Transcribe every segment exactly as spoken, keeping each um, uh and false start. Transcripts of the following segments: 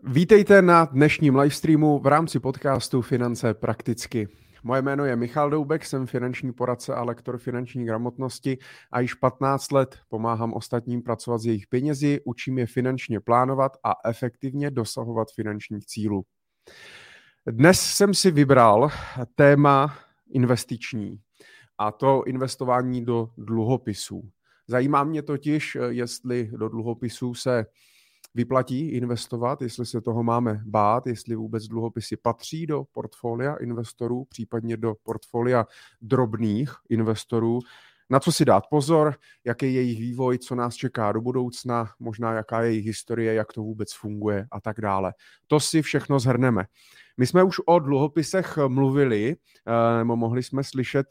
Vítejte na dnešním livestreamu v rámci podcastu Finance prakticky. Moje jméno je Michal Doubek, jsem finanční poradce a lektor finanční gramotnosti a již patnáct let pomáhám ostatním pracovat s jejich penězi, učím je finančně plánovat a efektivně dosahovat finančních cílů. Dnes jsem si vybral téma investiční, a to investování do dluhopisů. Zajímá mě totiž, jestli do dluhopisů se vyplatí investovat, jestli se toho máme bát, jestli vůbec dluhopisy patří do portfolia investorů, případně do portfolia drobných investorů. Na co si dát pozor, jaký je jejich vývoj, co nás čeká do budoucna, možná jaká je jejich historie, jak to vůbec funguje a tak dále. To si všechno shrneme. My jsme už o dluhopisech mluvili, nebo mohli jsme slyšet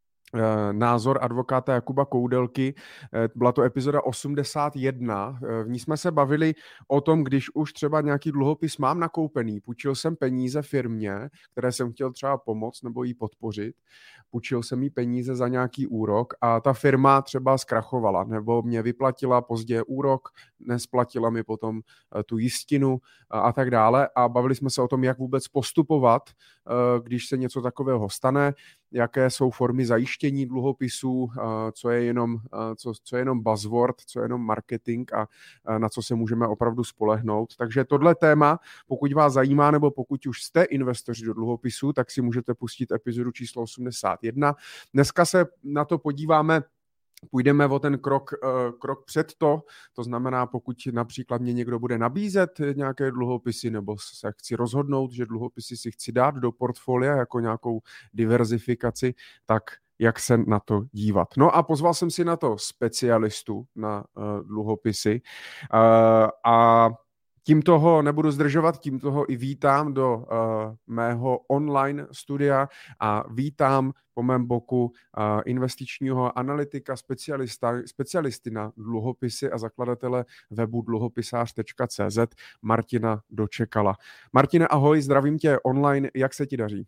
názor advokáta Jakuba Koudelky. Byla to epizoda osmdesát jedna. V ní jsme se bavili o tom, když už třeba nějaký dluhopis mám nakoupený, půjčil jsem peníze firmě, které jsem chtěl třeba pomoct nebo jí podpořit, půjčil jsem jí peníze za nějaký úrok a ta firma třeba zkrachovala nebo mě vyplatila pozdě úrok, nesplatila mi potom tu jistinu a tak dále a bavili jsme se o tom, jak vůbec postupovat, když se něco takového stane, jaké jsou formy zajištění dluhopisů, co je jenom, co, co je jenom buzzword, co je jenom marketing a na co se můžeme opravdu spolehnout. Takže tohle téma, pokud vás zajímá nebo pokud už jste investoři do dluhopisů, tak si můžete pustit epizodu číslo osmdesát jedna. Dneska se na to podíváme. Půjdeme o ten krok, krok před to, to znamená, pokud například mě někdo bude nabízet nějaké dluhopisy nebo se chci rozhodnout, že dluhopisy si chci dát do portfolia jako nějakou diverzifikaci, tak jak se na to dívat. No a pozval jsem si na to specialistu na uh, dluhopisy uh, a tím toho nebudu zdržovat, tím toho i vítám do uh, mého online studia a vítám po mém boku uh, investičního analytika, specialista, specialisty na dluhopisy a zakladatele webu dluhopisář tečka cé zet Martina Dočekala. Martine, ahoj, zdravím tě online, jak se ti daří?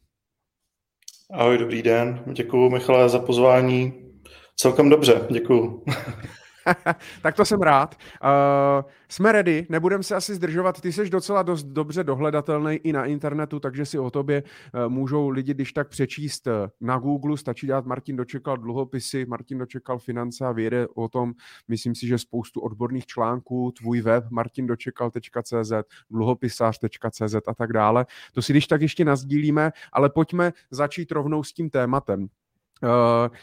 Ahoj, dobrý den, děkuju Michale za pozvání. Celkem dobře, děkuju. Tak to jsem rád. Uh, jsme ready, nebudeme se asi zdržovat. Ty jsi docela dost dobře dohledatelný i na internetu, takže si o tobě uh, můžou lidi když tak přečíst na Google. Stačí dát Martin Dočekal dluhopisy, Martin Dočekal finance a vyjede o tom, myslím si, že spoustu odborných článků, tvůj web martin dočekal tečka cé zet, dluhopisář tečka cé zet a tak dále. To si když tak ještě nasdílíme, ale pojďme začít rovnou s tím tématem. Uh,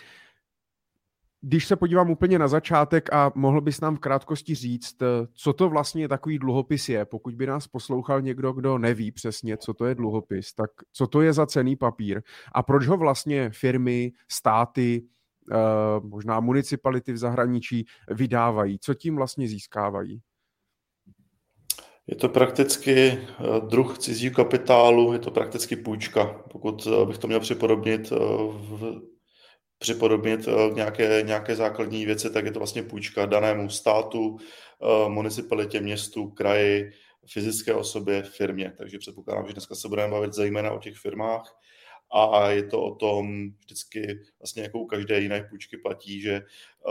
Když se podívám úplně na začátek a mohl bys nám v krátkosti říct, co to vlastně takový dluhopis je, pokud by nás poslouchal někdo, kdo neví přesně, co to je dluhopis, tak co to je za cenný papír a proč ho vlastně firmy, státy, možná municipality v zahraničí vydávají, co tím vlastně získávají? Je to prakticky druh cizího kapitálu, je to prakticky půjčka, pokud bych to měl připodobnit v připodobnit nějaké, nějaké základní věci, tak je to vlastně půjčka danému státu, municipalitě, městu, kraji, fyzické osobě, firmě. Takže předpokládám, že dneska se budeme bavit zejména o těch firmách a je to o tom vždycky vlastně jako u každé jiné půjčky platí, že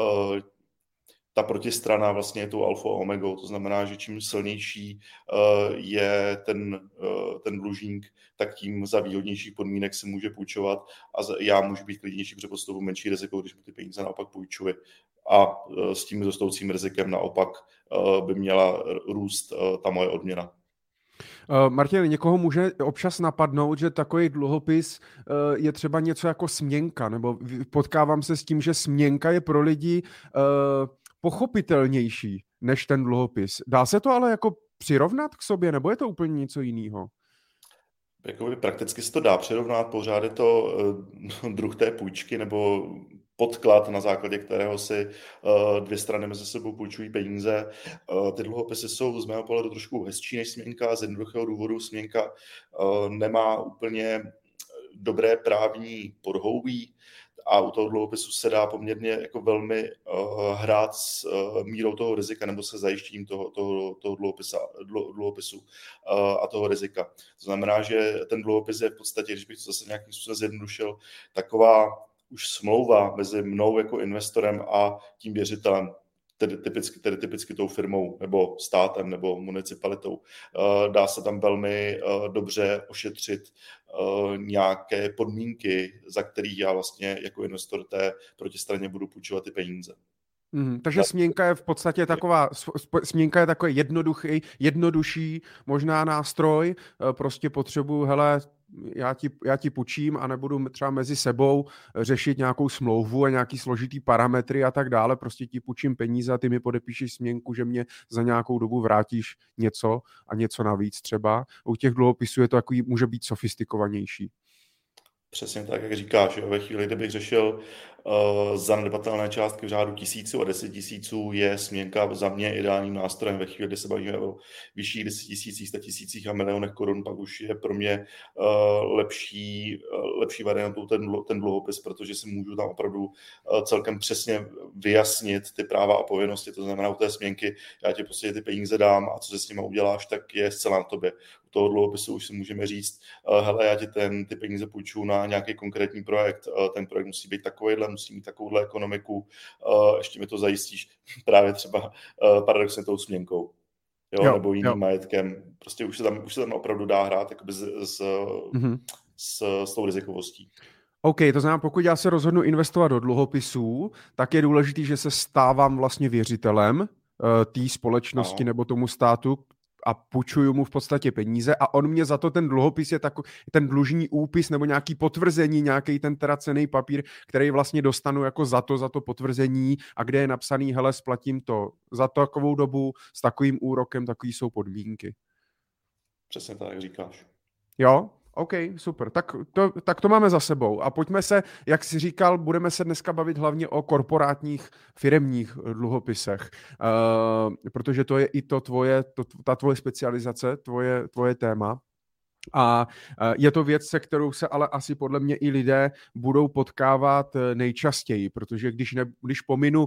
ta protistrana vlastně je tou alfa a omegou, to znamená, že čím silnější je ten, ten dlužník, tak tím za výhodnějších podmínek se může půjčovat a já můžu být klidnější, protože podstupu menší riziko, když mu ty peníze naopak půjčuji. A s tím rostoucím rizikem naopak by měla růst ta moje odměna. Uh, Martin, někoho může občas napadnout, že takový dluhopis uh, je třeba něco jako směnka, nebo potkávám se s tím, že směnka je pro lidi uh, pochopitelnější než ten dluhopis. Dá se to ale jako přirovnat k sobě, nebo je to úplně něco jiného? Jakoby prakticky se to dá přirovnat, pořád je to uh, druh té půjčky, nebo podklad, na základě kterého si uh, dvě strany mezi sebou půjčují peníze. Uh, ty dluhopisy jsou z mého pohledu trošku hezčí než směnka, z jednoduchého důvodu směnka uh, nemá úplně dobré právní podhoubí a u toho dluhopisu se dá poměrně jako velmi uh, hrát s uh, mírou toho rizika nebo se zajištěním toho, toho, toho dluhopisa, dlu, dluhopisu uh, a toho rizika. To znamená, že ten dluhopis je v podstatě, když bych to zase nějakým způsobem zjednodušil, taková už smlouva mezi mnou jako investorem a tím věřitelem. tedy typicky, tedy typicky tou firmou nebo státem nebo municipalitou. Dá se tam velmi dobře ošetřit nějaké podmínky, za kterých já vlastně jako investor té protistraně budu půjčovat ty peníze. Mm, takže směnka je v podstatě taková, směnka je takový jednoduchý, jednodušší možná nástroj, prostě potřebuji, hele, já ti, já ti půjčím a nebudu třeba mezi sebou řešit nějakou smlouvu a nějaký složitý parametry a tak dále, prostě ti půjčím peníze a ty mi podepíšeš směnku, že mě za nějakou dobu vrátíš něco a něco navíc třeba. U těch dluhopisů je to takový, může být sofistikovanější. Přesně tak, jak říkáš, jo. Ve chvíli, kdybych řešil uh, zanedbatelné částky v řádu tisíců a deset tisíců, je směnka za mě ideálním nástrojem. Ve chvíli, kdy se bavíme o vyšších deset tisících, sto tisících a milionech korun, pak už je pro mě uh, lepší, uh, lepší variantou ten, ten dluhopis, protože si můžu tam opravdu uh, celkem přesně vyjasnit ty práva a povinnosti. To znamená, u té směnky já ti prostě ty peníze dám a co se s nimi uděláš, tak je zcela na tobě. U toho dluhopisu už si můžeme říct, uh, hele, já ti ten, ty peníze půjču na nějaký konkrétní projekt. Ten projekt musí být takovýhle, musí mít takovouhle ekonomiku, ještě mi to zajistíš právě třeba paradoxně tou směnkou, jo? Jo, nebo jiným jo. majetkem. Prostě už se tam, už se tam opravdu dá hrát jakoby s, s, mm-hmm. s, s tou rizikovostí. OK, to znamená, pokud já se rozhodnu investovat do dluhopisů, tak je důležitý, že se stávám vlastně věřitelem té společnosti no. nebo tomu státu, a půjčuju mu v podstatě peníze a on mě za to, ten dluhopis je takový, ten dlužní úpis nebo nějaký potvrzení, nějaký ten teda cenný papír, který vlastně dostanu jako za to, za to potvrzení a kde je napsaný, hele, splatím to za takovou dobu s takovým úrokem, takový jsou podmínky. Přesně tak, jak říkáš. Jo? OK, super. Tak to, tak to máme za sebou. A pojďme se, jak jsi říkal, budeme se dneska bavit hlavně o korporátních firemních dluhopisech, uh, protože to je i to tvoje, to, ta tvoje specializace, tvoje, tvoje téma. A je to věc, se kterou se ale asi podle mě i lidé budou potkávat nejčastěji, protože když, ne, když pominu,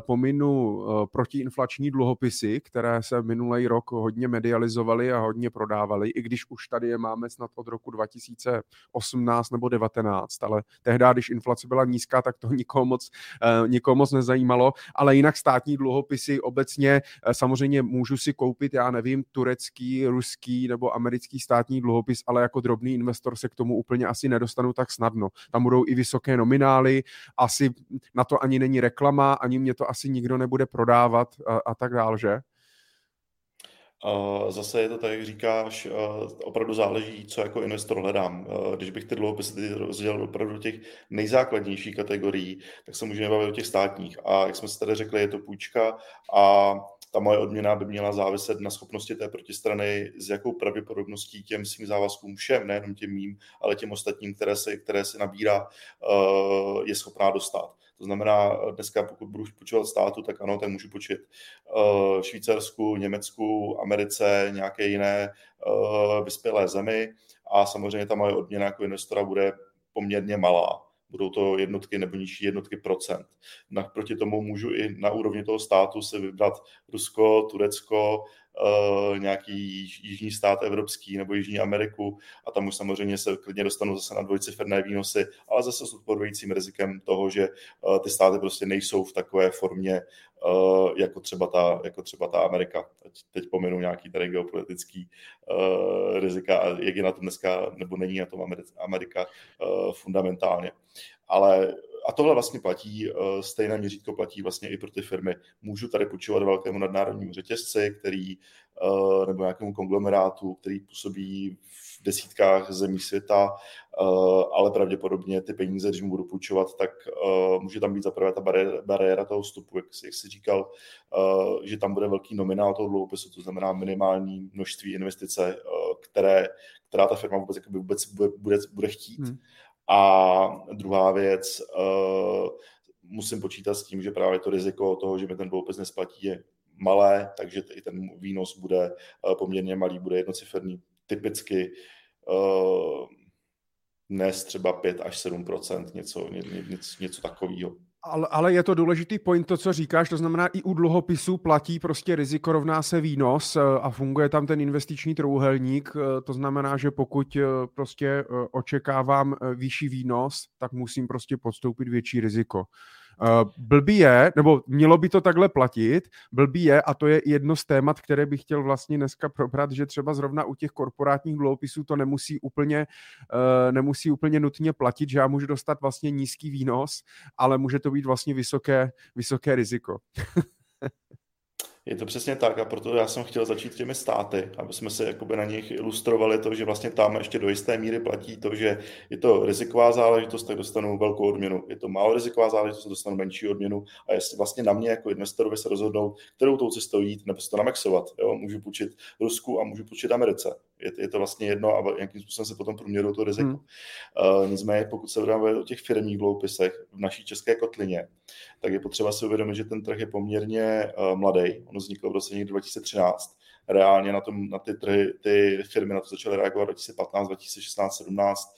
pominu protiinflační dluhopisy, které se minulý rok hodně medializovaly a hodně prodávaly, i když už tady je máme snad od roku dva tisíce osmnáct nebo devatenáct, ale tehdy, když inflace byla nízká, tak to nikoho moc, nikoho moc nezajímalo, ale jinak státní dluhopisy obecně samozřejmě můžu si koupit, já nevím, turecký, ruský nebo americký státní dluhopis, ale jako drobný investor se k tomu úplně asi nedostanu tak snadno. Tam budou i vysoké nominály, asi na to ani není reklama, ani mě to asi nikdo nebude prodávat a, a tak dál, že? Zase je to tak, jak říkáš, opravdu záleží, co jako investor hledám. Když bych ty dluhopisy rozdělil opravdu do těch nejzákladnějších kategorií, tak se můžeme bavit o těch státních. A jak jsme si tady řekli, je to půjčka a ta moje odměna by měla záviset na schopnosti té protistrany, s jakou pravděpodobností těm svým závazkům všem, nejenom těm mým, ale těm ostatním, které se, které se nabírá, je schopná dostat. To znamená, dneska pokud budu půjčovat státu, tak ano, tak můžu půjčit Švýcarsku, Německu, Americe, nějaké jiné vyspělé zemi a samozřejmě ta moje odměna jako investora bude poměrně malá. Budou to jednotky nebo nižší jednotky procent. Naproti tomu můžu i na úrovni toho státu se vybrat Rusko, Turecko, uh, nějaký jižní stát evropský nebo Jižní Ameriku a tam už samozřejmě se klidně dostanu zase na dvojciferné výnosy, ale zase s odporujícím rizikem toho, že uh, ty státy prostě nejsou v takové formě uh, jako, třeba ta, jako třeba ta Amerika. Teď, teď pominu nějaký tady geopolitický uh, rizika a jak je na tom dneska, nebo není na tom Amerika uh, fundamentálně. Ale a tohle vlastně platí, stejné měřítko platí vlastně i pro ty firmy. Můžu tady půjčovat velkému nadnárodnímu řetězci, který, nebo nějakému konglomerátu, který působí v desítkách zemí světa, ale pravděpodobně ty peníze, když mu budu půjčovat, tak může tam být zaprvé ta bariéra toho vstupu, jak jsi říkal, že tam bude velký nominál toho dluhopisu, to znamená minimální množství investice, které, která ta firma vůbec, vůbec bude, bude, bude chtít. Hmm. A druhá věc, uh, musím počítat s tím, že právě to riziko toho, že mi ten dluhopis nesplatí, je malé, takže i ten výnos bude uh, poměrně malý, bude jednociferný, typicky uh, dnes třeba pět až sedm procent, něco, ně, něco, něco takového. Ale, ale je to důležitý point, to, co říkáš, to znamená i u dluhopisů platí prostě riziko rovná se výnos a funguje tam ten investiční trojúhelník, to znamená, že pokud prostě očekávám vyšší výnos, tak musím prostě podstoupit větší riziko. Uh, blbý je, nebo mělo by to takhle platit, blbý je, a to je jedno z témat, které bych chtěl vlastně dneska probrat, že třeba zrovna u těch korporátních dluhopisů to nemusí úplně, uh, nemusí úplně nutně platit, že já můžu dostat vlastně nízký výnos, ale může to být vlastně vysoké, vysoké riziko. Je to přesně tak a proto já jsem chtěl začít těmi státy, aby jsme se jakoby na nich ilustrovali to, že vlastně tam ještě do jisté míry platí to, že je to riziková záležitost, tak dostanou velkou odměnu. Je to málo riziková záležitost, dostanou menší odměnu a jestli vlastně na mě jako investorovi se rozhodnout, kterou tou cestou jít, nebo se to namaxovat. Jo? Můžu půjčit Rusku a můžu půjčit Americe. Je, je to vlastně jedno a jakým způsobem se potom průměru to riziko. Hmm. Uh, nicméně, pokud se budeme o těch firmních dluhopisech v naší české kotlině, tak je potřeba si uvědomit, že ten trh je poměrně uh, mladý. On vznikl v roce někdy dva tisíce třináct. Reálně na, tom, na ty trhy, ty firmy na to začaly reagovat dva tisíce patnáct, dva tisíce šestnáct, sedmnáct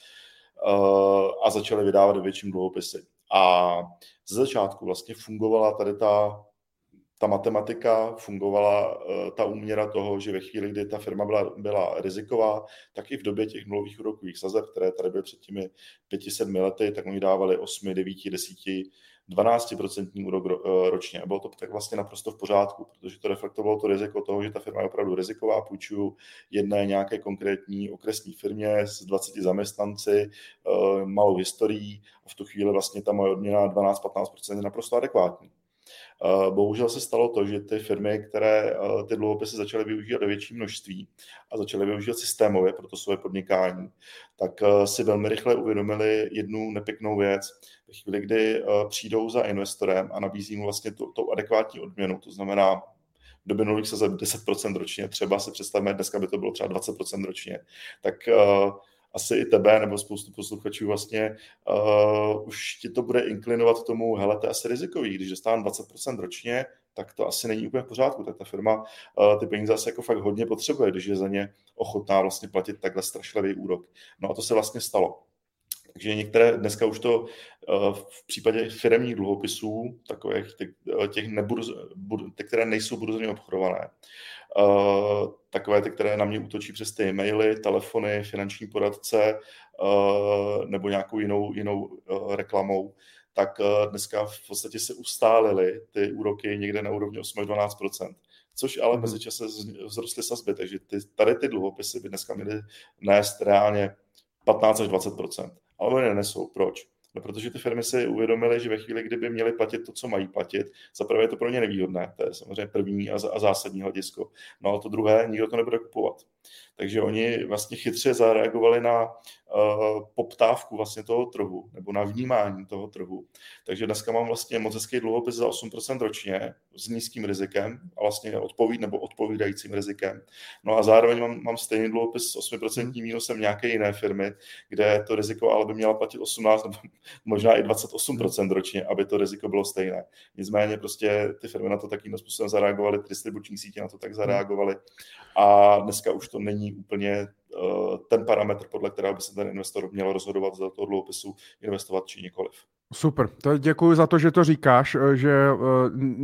uh, a začaly vydávat větším dluhopisy. A ze začátku vlastně fungovala tady ta ta matematika, fungovala uh, ta úměra toho, že ve chvíli, kdy ta firma byla, byla riziková, tak i v době těch nulových úrokových sazeb, které tady byly před těmi pěti, sedmi lety, tak oni dávali osm, devět, deset, dvanáct procent úrok ro, ročně. A bylo to tak vlastně naprosto v pořádku, protože to reflektovalo to riziko toho, že ta firma je opravdu riziková, půjčuju jedné nějaké konkrétní okresní firmě s dvaceti zaměstnanci, uh, malou historií a v tu chvíli vlastně ta moje odměna dvanáct až patnáct procent je naprosto adekvátní. Bohužel se stalo to, že ty firmy, které ty dluhopisy začaly využívat ve větším množství a začaly využívat systémově pro to své podnikání, tak si velmi rychle uvědomili jednu nepěknou věc. Ve chvíli, kdy přijdou za investorem a nabízí mu vlastně tu, tu adekvátní odměnu, to znamená v době nulových sazeb deset procent ročně, třeba si představíme, dneska by to bylo třeba dvacet procent ročně, tak asi i tebe nebo spoustu posluchačů vlastně uh, už ti to bude inklinovat k tomu, hele, to je asi rizikový, když dostávám dvacet procent ročně, tak to asi není úplně v pořádku, tak ta firma uh, ty peníze asi jako fakt hodně potřebuje, když je za ně ochotná vlastně platit takhle strašlivý úrok. No a to se vlastně stalo. Takže některé, dneska už to uh, v případě firemních dluhopisů, takových těch, těch nebudu, ty, které nejsou burzovně obchodované, Uh, takové ty, které na mě útočí přes ty e-maily, telefony, finanční poradce uh, nebo nějakou jinou, jinou uh, reklamou, tak uh, dneska v podstatě se ustálily ty úroky někde na úrovni osm až dvanáct procent, což ale mm. mezičase vzrostly sazby, takže ty, tady ty dluhopisy by dneska měly nést reálně patnáct až dvacet procent, ale oni nenesou. Proč? No, protože ty firmy si uvědomily, že ve chvíli, kdyby měly platit to, co mají platit, za prvé je to pro ně nevýhodné, to je samozřejmě první a, a zásadní hledisko. No a to druhé, nikdo to nebude kupovat. Takže oni vlastně chytře zareagovali na uh, poptávku vlastně toho trhu, nebo na vnímání toho trhu. Takže dneska mám vlastně moc hezký dluhopis za osm procent ročně s nízkým rizikem a vlastně odpovíd, nebo odpovídajícím rizikem. No a zároveň mám, mám stejný dluhopis s osm procent mínusem nějaké jiné firmy, kde to riziko ale by měla platit osmnáct nebo možná i dvacet osm procent ročně, aby to riziko bylo stejné. Nicméně prostě ty firmy na to takým způsobem zareagovaly, ty distribuční sítě na to tak zareagovaly a dneska už to není úplně uh, ten parametr, podle kterého by se ten investor měl rozhodovat za toho dluhopisu investovat či nikoliv. Super, to děkuji za to, že to říkáš, že uh,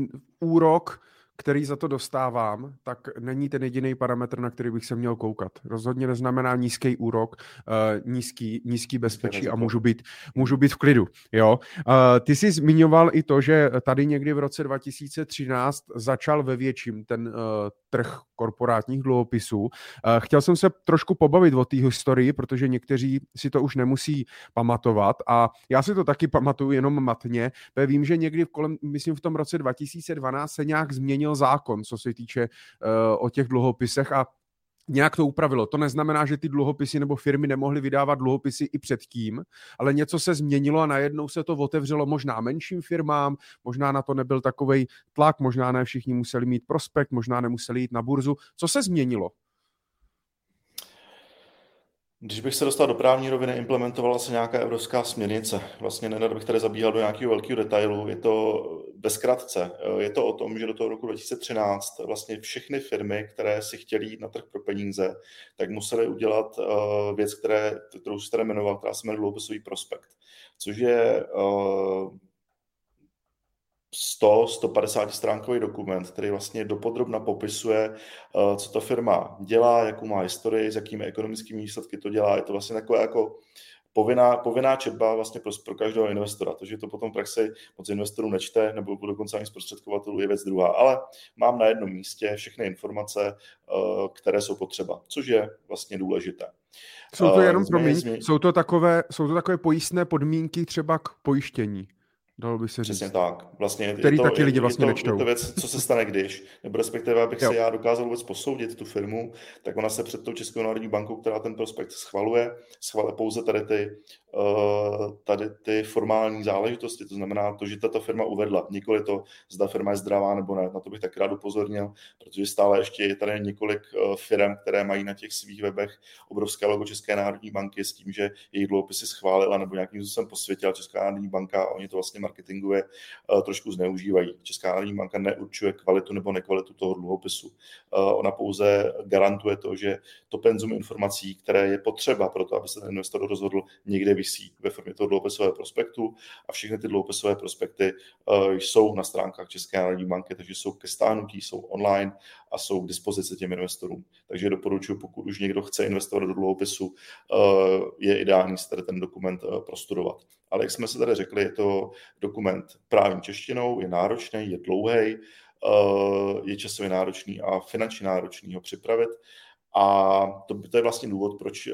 úrok, který za to dostávám, tak není ten jediný parametr, na který bych se měl koukat. Rozhodně neznamená nízký úrok, uh, nízký, nízký bezpečí a můžu být, můžu být v klidu. Jo? Uh, ty jsi zmiňoval i to, že tady někdy v roce dva tisíce třináct začal ve větším ten uh, trh korporátních dluhopisů. Uh, chtěl jsem se trošku pobavit o té historii, protože někteří si to už nemusí pamatovat a já si to taky pamatuju jenom matně. Vím, že někdy v kolem, myslím v tom roce dva tisíce dvanáct se nějak změnil zákon, co se týče uh, o těch dluhopisech a nějak to upravilo. To neznamená, že ty dluhopisy nebo firmy nemohly vydávat dluhopisy i předtím, ale něco se změnilo a najednou se to otevřelo možná menším firmám, možná na to nebyl takovej tlak, možná ne všichni museli mít prospekt, možná nemuseli jít na burzu. Co se změnilo? Když bych se dostal do právní roviny, implementovala se nějaká evropská směrnice. Vlastně nerad bych tady zabíhal do nějakého velkého detailu. Je to ve zkratce. Je to o tom, že do toho roku dva tisíce třináct vlastně všechny firmy, které si chtěly jít na trh pro peníze, tak musely udělat věc, které, kterou se tady jmenoval, která se jmenuje dluhopisový prospekt. Což je sto až sto padesát stránkový dokument, který vlastně dopodrobna popisuje, co ta firma dělá, jakou má historii, s jakými ekonomickými výsledky to dělá. Je to vlastně takové jako povinná, povinná četba vlastně pro, pro každého investora. To, že to potom v praxi moc investorů nečte, nebo dokonce ani zprostředkovatelů, je věc druhá. Ale mám na jednom místě všechny informace, které jsou potřeba, což je vlastně důležité. Jsou to jenom, promiň, jsou to takové, jsou to takové pojistné podmínky třeba k pojištění. Dalo by se říct. Přesně tak. Vlastně který je to, taky lidi vlastně je to, nečtou. Je to věc, co se stane když, nebo respektive, abych jo. se já dokázal vůbec posoudit tu firmu, tak ona se před tou Českou národní bankou, která ten prospekt schvaluje, schvaluje pouze tady ty, tady ty formální záležitosti. To znamená to, že tato firma uvedla. Nikoli to, zda firma je zdravá nebo ne. Na to bych tak rád upozornil, protože stále ještě je tady několik firm, které mají na těch svých webech obrovské logo České národní banky s tím, že jejich dluhopisy schválila nebo nějakým způsobem posvětila Česká národní banka a oni to vlastně marketingově uh, trošku zneužívají. Česká národní banka neurčuje kvalitu nebo nekvalitu toho dluhopisu. Uh, ona pouze garantuje to, že to penzum informací, které je potřeba pro to, aby se ten investor rozhodl, někde visí ve formě toho dluhopisového prospektu a všechny ty dluhopisové prospekty uh, jsou na stránkách České národní banky, takže jsou ke stáhnutí, jsou online a jsou k dispozici těm investorům. Takže doporučuji, pokud už někdo chce investovat do dluhopisu, uh, je ideální si tady ten dokument uh, prostudovat. Ale jak jsme se tady řekli, je to dokument právní češtinou, je náročný, je dlouhý, je časově náročný a finančně náročný ho připravit. A to, to je vlastně důvod, proč,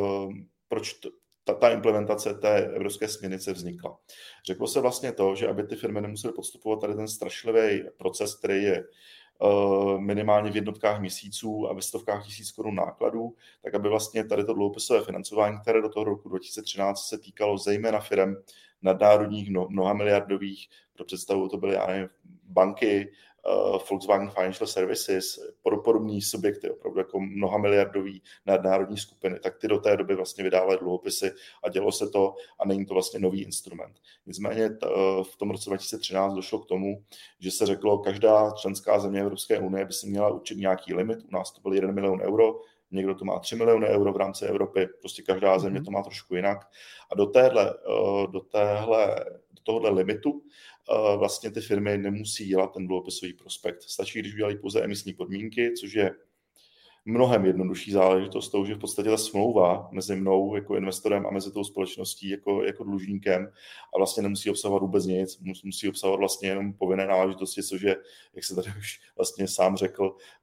proč to, ta, ta implementace té evropské směrnice vznikla. Řeklo se vlastně to, že aby ty firmy nemusely podstupovat tady ten strašlivý proces, který je minimálně v jednotkách měsíců a ve stovkách tisíc korun nákladů, tak aby vlastně tady to dluhopisové financování, které do toho roku dva tisíce třináct se týkalo zejména firem nadnárodních, mnoha miliardových, pro představu to byly, já nevím, banky, uh, Volkswagen Financial Services, podobní subjekty, opravdu jako mnoha miliardový nadnárodní skupiny, tak ty do té doby vlastně vydávaly dluhopisy a dělo se to a není to vlastně nový instrument. Nicméně t, uh, v tom roce dva tisíce třináct došlo k tomu, že se řeklo, každá členská země Evropské unie by si měla určit nějaký limit, u nás to byl jeden milion euro, někdo to má tři miliony euro v rámci Evropy, prostě každá země to má trošku jinak. A do téhle, do téhle, do tohohle limitu vlastně ty firmy nemusí dělat ten dluhopisový prospekt. Stačí, když udělají pouze emisní podmínky, což je mnohem jednodušší záležitost toho, že v podstatě ta smlouva mezi mnou jako investorem a mezi tou společností jako, jako dlužníkem a vlastně nemusí obsahovat vůbec nic, musí obsahovat vlastně jenom povinné náležitosti, což je, jak se tady už vlastně sám řekl,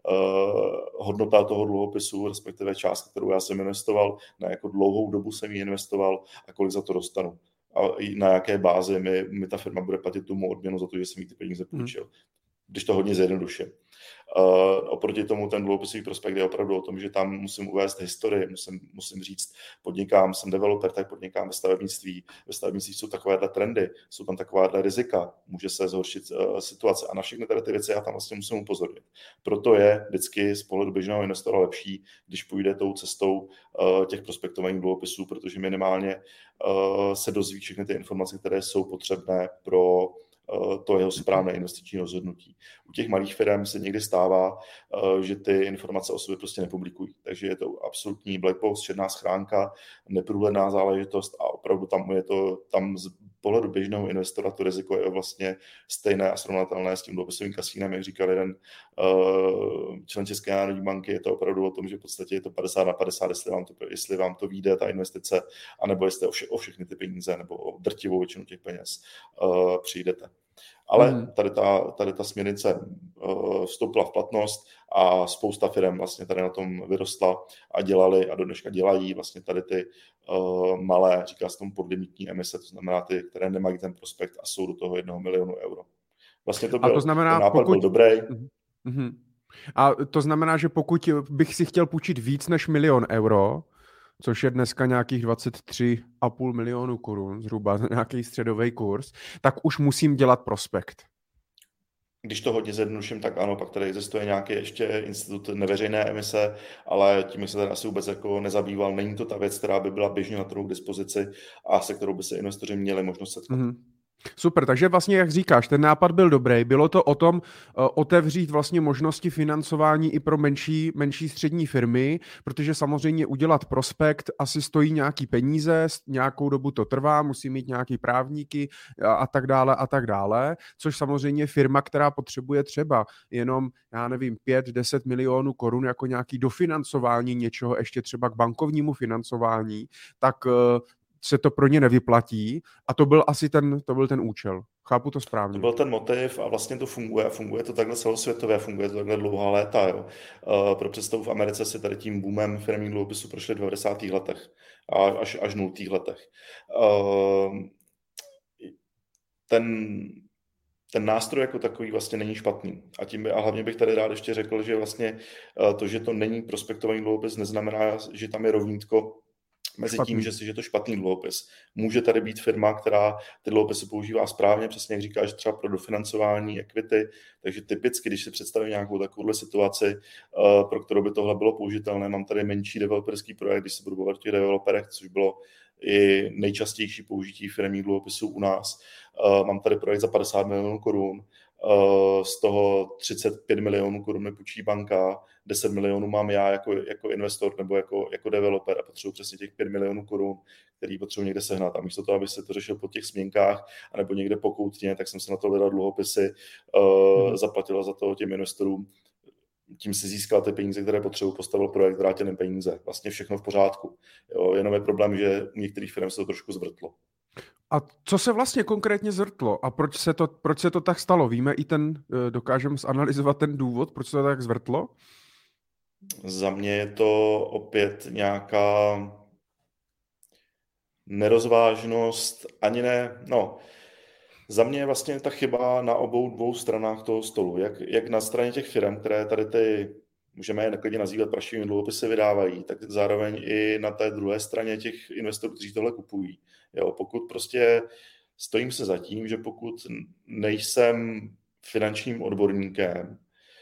uh, hodnota toho dluhopisu, respektive část, kterou já jsem investoval, na jako dlouhou dobu jsem ji investoval a kolik za to dostanu. A na jaké bázi mi, mi ta firma bude platit tomu odměnu za to, že jsem jí ty peníze půjčil. Hmm. Když to hodně zjednoduším. Uh, oproti tomu ten dluhopisový prospekt je opravdu o tom, že tam musím uvést historii, musím, musím říct, podnikám, jsem developer, tak podnikám ve stavebnictví. Ve stavebnictví jsou takovéhle trendy, jsou tam takovéhle rizika, může se zhoršit uh, situace a na všechny tady ty věci já tam vlastně musím upozornit. Proto je vždycky z pohledu běžného investora lepší, když půjde tou cestou uh, těch prospektovaných dluhopisů, protože minimálně uh, se dozví všechny ty informace, které jsou potřebné pro to jeho správné investiční rozhodnutí. U těch malých firm se někdy stává, že ty informace o sobě prostě nepublikují. Takže je to absolutní black box, černá schránka, neprůhledná záležitost a opravdu tam je to, tam z pohledu běžného investora to riziko je vlastně stejné a srovnatelné s tím dluhopisovým kasínem, jak říkal jeden člen České národní banky, je to opravdu o tom, že v podstatě je to padesát na padesát, jestli vám to, jestli vám to vyjde, ta investice, anebo jestli o, vše, o všechny ty peníze, nebo o drtivou většinu těch peněz uh, přijdete. Ale hmm. tady, ta, tady ta směrnice uh, vstoupila v platnost a spousta firm vlastně tady na tom vyrostla a dělali a do dneška dělají vlastně tady ty uh, malé, říká se tomu podlimitní emise, to znamená ty, které nemají ten prospekt a jsou do toho jednoho milionu euro. Vlastně to byl, a to znamená, ten nápad pokud... byl dobrý. Mm-hmm. A to znamená, že pokud bych si chtěl půjčit víc než milion euro, což je dneska nějakých dvacet tři a půl milionu korun, zhruba nějaký středový kurz, tak už musím dělat prospekt. Když to hodně zjednoduším, tak ano, pak tady existuje nějaký ještě institut neveřejné emise, ale tím se tady asi vůbec jako nezabýval. Není to ta věc, která by byla běžně na trhu k dispozici a se kterou by se investoři měli možnost setkat. Mm-hmm. Super, takže vlastně, jak říkáš, ten nápad byl dobrý. Bylo to o tom uh, otevřít vlastně možnosti financování i pro menší, menší střední firmy, protože samozřejmě udělat prospekt asi stojí nějaký peníze, nějakou dobu to trvá, musí mít nějaký právníky a, a tak dále a tak dále, což samozřejmě firma, která potřebuje třeba jenom, já nevím, pět deset milionů korun jako nějaký dofinancování něčeho ještě třeba k bankovnímu financování, tak uh, se to pro ně nevyplatí a to byl asi ten, to byl ten účel. Chápu to správně. To byl ten motiv a vlastně to funguje. Funguje to takhle celosvětově, funguje to takhle dlouhá léta. Jo. Uh, pro představu v Americe si tady tím boomem firemních dluhopisů prošli v devadesátých letech a až, až nultých letech. Uh, ten, ten nástroj jako takový vlastně není špatný. A, tím by, a hlavně bych tady rád ještě řekl, že vlastně uh, to, že to není prospektovaný dluhopis, neznamená, že tam je rovnítko mezi špatný. tím, že si, že to špatný dluhopis. Může tady být firma, která ty dluhopisy používá správně, přesně jak říkáš, třeba pro dofinancování equity, takže typicky, když si představím nějakou takovouhle situaci, pro kterou by tohle bylo použitelné, mám tady menší developerský projekt, když se budu bavit o těch developerech, což bylo i nejčastější použití firemních dluhopisů u nás. Mám tady projekt za padesát milionů korun, z toho třicet pět milionů korun mi půjčí banka, deset milionů mám já jako, jako investor nebo jako, jako developer a potřebuji přesně těch pět milionů korun, který potřebuji někde sehnat. A místo toho, aby se to řešil po těch směnkách anebo někde pokoutně, tak jsem se na to vydal dluhopisy, uh, mm. zaplatila za to těm investorům, tím si získal ty peníze, které potřebuji, postavil projekt, vrátil jim peníze. Vlastně všechno v pořádku. Jo, jenom je problém, že u některých firm se to trošku zvrtlo. A co se vlastně konkrétně zvrtlo a proč se to, proč se to tak stalo? Víme i ten, dokážeme zanalyzovat ten důvod, proč se to tak zvrtlo? Za mě je to opět nějaká nerozvážnost, ani ne, no, za mě je vlastně ta chyba na obou dvou stranách toho stolu. Jak, jak na straně těch firm, které tady ty, můžeme je neklidně nazývat prašivými dluhopisy, vydávají, tak zároveň i na té druhé straně těch investorů, kteří tohle kupují. Jo, pokud prostě stojím se za tím, že pokud nejsem finančním odborníkem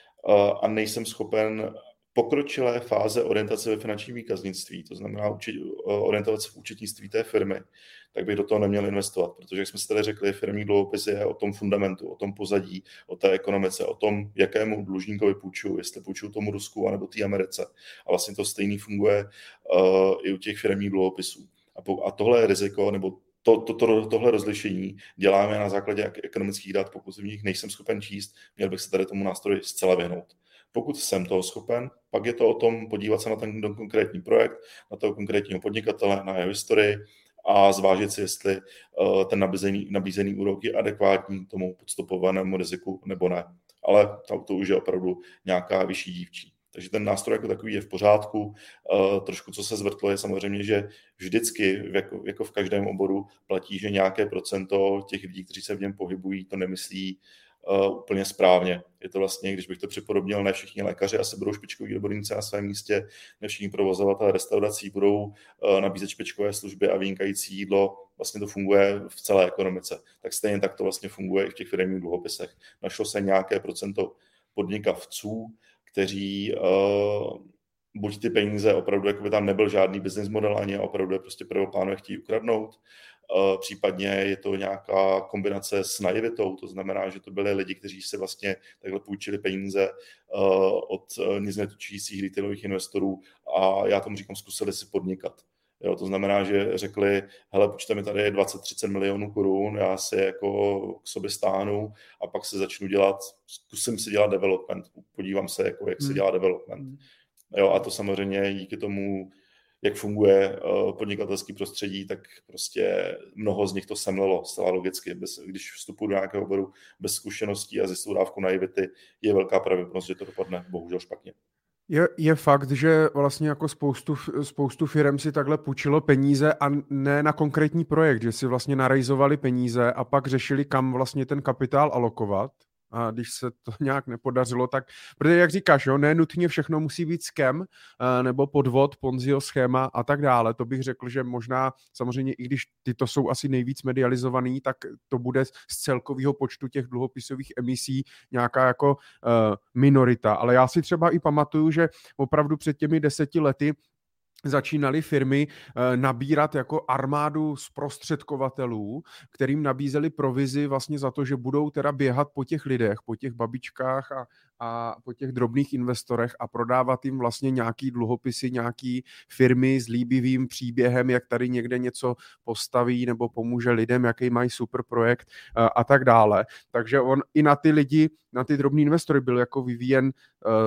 a nejsem schopen pokročilé fáze orientace ve finančním výkaznictví, to znamená orientovat se v účetnictví té firmy, tak bych do toho neměl investovat, protože jak jsme si tady řekli, firmní dluhopis je o tom fundamentu, o tom pozadí, o té ekonomice, o tom, jakému dlužníkovi půjčuju, jestli půjčuju tomu Rusku anebo té Americe. A vlastně to stejný funguje uh, i u těch firmních dluhopisů. A, po, a tohle je riziko, nebo to, to, to, tohle rozlišení děláme na základě ekonomických dat, pokud v nich nejsem schopen číst, měl bych se tady tomu nástroji zcela vyhnout. Pokud jsem toho schopen, pak je to o tom podívat se na ten konkrétní projekt, na toho konkrétního podnikatele, na jeho historii a zvážit si, jestli uh, ten nabízený, nabízený úrok je adekvátní tomu podstupovanému riziku nebo ne. Ale to, to už je opravdu nějaká vyšší dívčí. Takže ten nástroj jako takový je v pořádku. Uh, trošku, co se zvrtlo, je samozřejmě, že vždycky, jako, jako v každém oboru, platí, že nějaké procento těch lidí, kteří se v něm pohybují, to nemyslí Uh, úplně správně. Je to vlastně, když bych to připodobnil, ne všichni lékaři asi budou špičkoví odborníci na svém místě, ne všichni provozovatelé restaurací budou uh, nabízet špičkové služby a vynikající jídlo. Vlastně to funguje v celé ekonomice. Tak stejně tak to vlastně funguje i v těch firemních dluhopisech. Našlo se nějaké procento podnikavců, kteří uh, buď ty peníze opravdu, jako by tam nebyl žádný business model ani a opravdu je prostě prvoplánově chtějí ukradnout. Uh, případně je to nějaká kombinace s naivitou, to znamená, že to byly lidi, kteří si vlastně takhle půjčili peníze uh, od uh, nic netučících retailových investorů a já tomu říkám, zkusili si podnikat. Jo, to znamená, že řekli, hele, počte mi tady dvacet třicet milionů korun, já si jako k sobě stáhnu a pak se začnu dělat, zkusím si dělat development, podívám se, jako, jak se dělá development. Jo, a to samozřejmě díky tomu, jak funguje uh, podnikatelský prostředí, tak prostě mnoho z nich to semlelo zcela logicky. Bez, když vstupuji do nějakého oboru bez zkušeností a zjistou dávku naivity, je velká pravděpodobnost, že to dopadne bohužel špatně. Je, je fakt, že vlastně jako spoustu, spoustu firem si takhle půjčilo peníze a ne na konkrétní projekt, že si vlastně narejzovali peníze a pak řešili, kam vlastně ten kapitál alokovat. A když se to nějak nepodařilo, tak, protože jak říkáš, jo, ne nutně všechno musí být scam, nebo podvod, Ponziho schéma a tak dále. To bych řekl, že možná samozřejmě, i když tyto jsou asi nejvíc medializovaný, tak to bude z celkového počtu těch dluhopisových emisí nějaká jako uh, minorita. Ale já si třeba i pamatuju, že opravdu před těmi deseti lety začínaly firmy nabírat jako armádu zprostředkovatelů, kterým nabízeli provizi vlastně za to, že budou teda běhat po těch lidech, po těch babičkách a, a po těch drobných investorech a prodávat jim vlastně nějaký dluhopisy, nějaký firmy s líbivým příběhem, jak tady někde něco postaví nebo pomůže lidem, jaký mají super projekt a, a tak dále. Takže on i na ty lidi, na ty drobní investory byl jako vyvíjen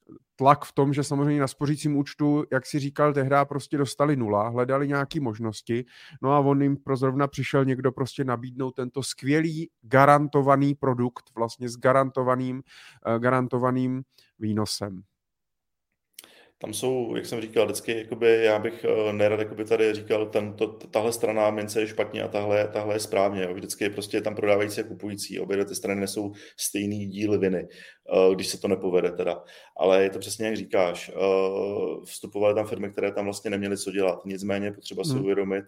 tlak v tom, že samozřejmě na spořícím účtu, jak si říkal, tehdy prostě dostali nula, hledali nějaké možnosti, no a on jim pro zrovna přišel někdo prostě nabídnout tento skvělý garantovaný produkt, vlastně s garantovaným, garantovaným výnosem. Tam jsou, jak jsem říkal, vždycky, jakoby, já bych nerad jakoby tady říkal, ten, to, tahle strana mince je špatně a tahle, tahle je správně. Jo. Vždycky je prostě tam prodávající a kupující. Obě ty strany nesou stejný díl viny, když se to nepovede teda. Ale je to přesně, jak říkáš. Vstupovaly tam firmy, které tam vlastně neměly co dělat. Nicméně potřeba si hmm. uvědomit,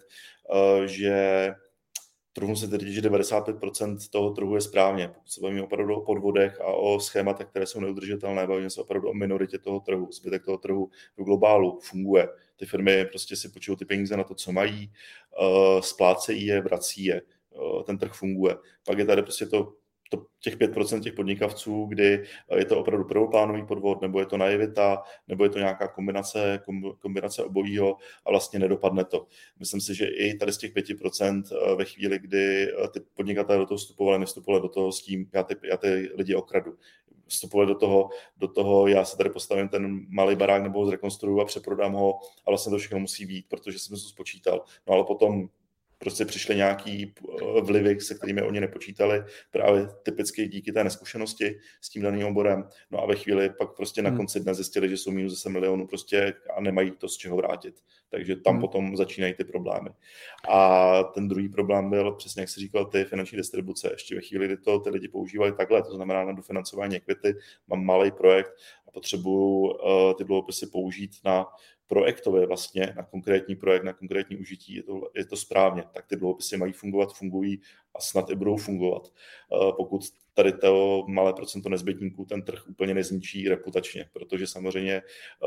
že trhu se tedy, že devadesát pět procent toho trhu je správně. Pokud se bavíme opravdu o podvodech a o schématech, které jsou neudržitelné, bavíme se opravdu o minoritě toho trhu. Zbytek toho trhu v globálu funguje. Ty firmy prostě si počují ty peníze na to, co mají, splácejí je, vrací je. Ten trh funguje. Pak je tady prostě to To, těch pět procent těch podnikavců, kdy je to opravdu prvoplánový podvod, nebo je to naivita, nebo je to nějaká kombinace, kombinace obojího a vlastně nedopadne to. Myslím si, že i tady z těch pět procent ve chvíli, kdy ty podnikatelé do toho vstupovali, nevstupovali do toho s tím, já ty, já ty lidi okradu. Vstupovali do toho, do toho, já se tady postavím ten malý barák nebo ho zrekonstruju a přeprodám ho a vlastně to všechno musí být, protože jsem to spočítal. No ale potom prostě přišly nějaký vlivy, se kterými oni nepočítali, právě typicky díky té neskušenosti s tím daným oborem. No a ve chvíli pak prostě na konci dne zjistili, že jsou minus deset milionů prostě a nemají to z čeho vrátit. Takže tam hmm. potom začínají ty problémy. A ten druhý problém byl, přesně jak jsi říkal, ty finanční distribuce. Ještě ve chvíli, kdy to ty lidi používali takhle, to znamená na dofinancování equity, mám malý projekt a potřebuju uh, ty dluhopisy použít na projektové vlastně, na konkrétní projekt, na konkrétní užití, je to, je to správně, tak ty dluhopisy mají fungovat, fungují a snad i budou fungovat. Pokud tady to malé procento nezbytníků ten trh úplně nezničí reputačně, protože samozřejmě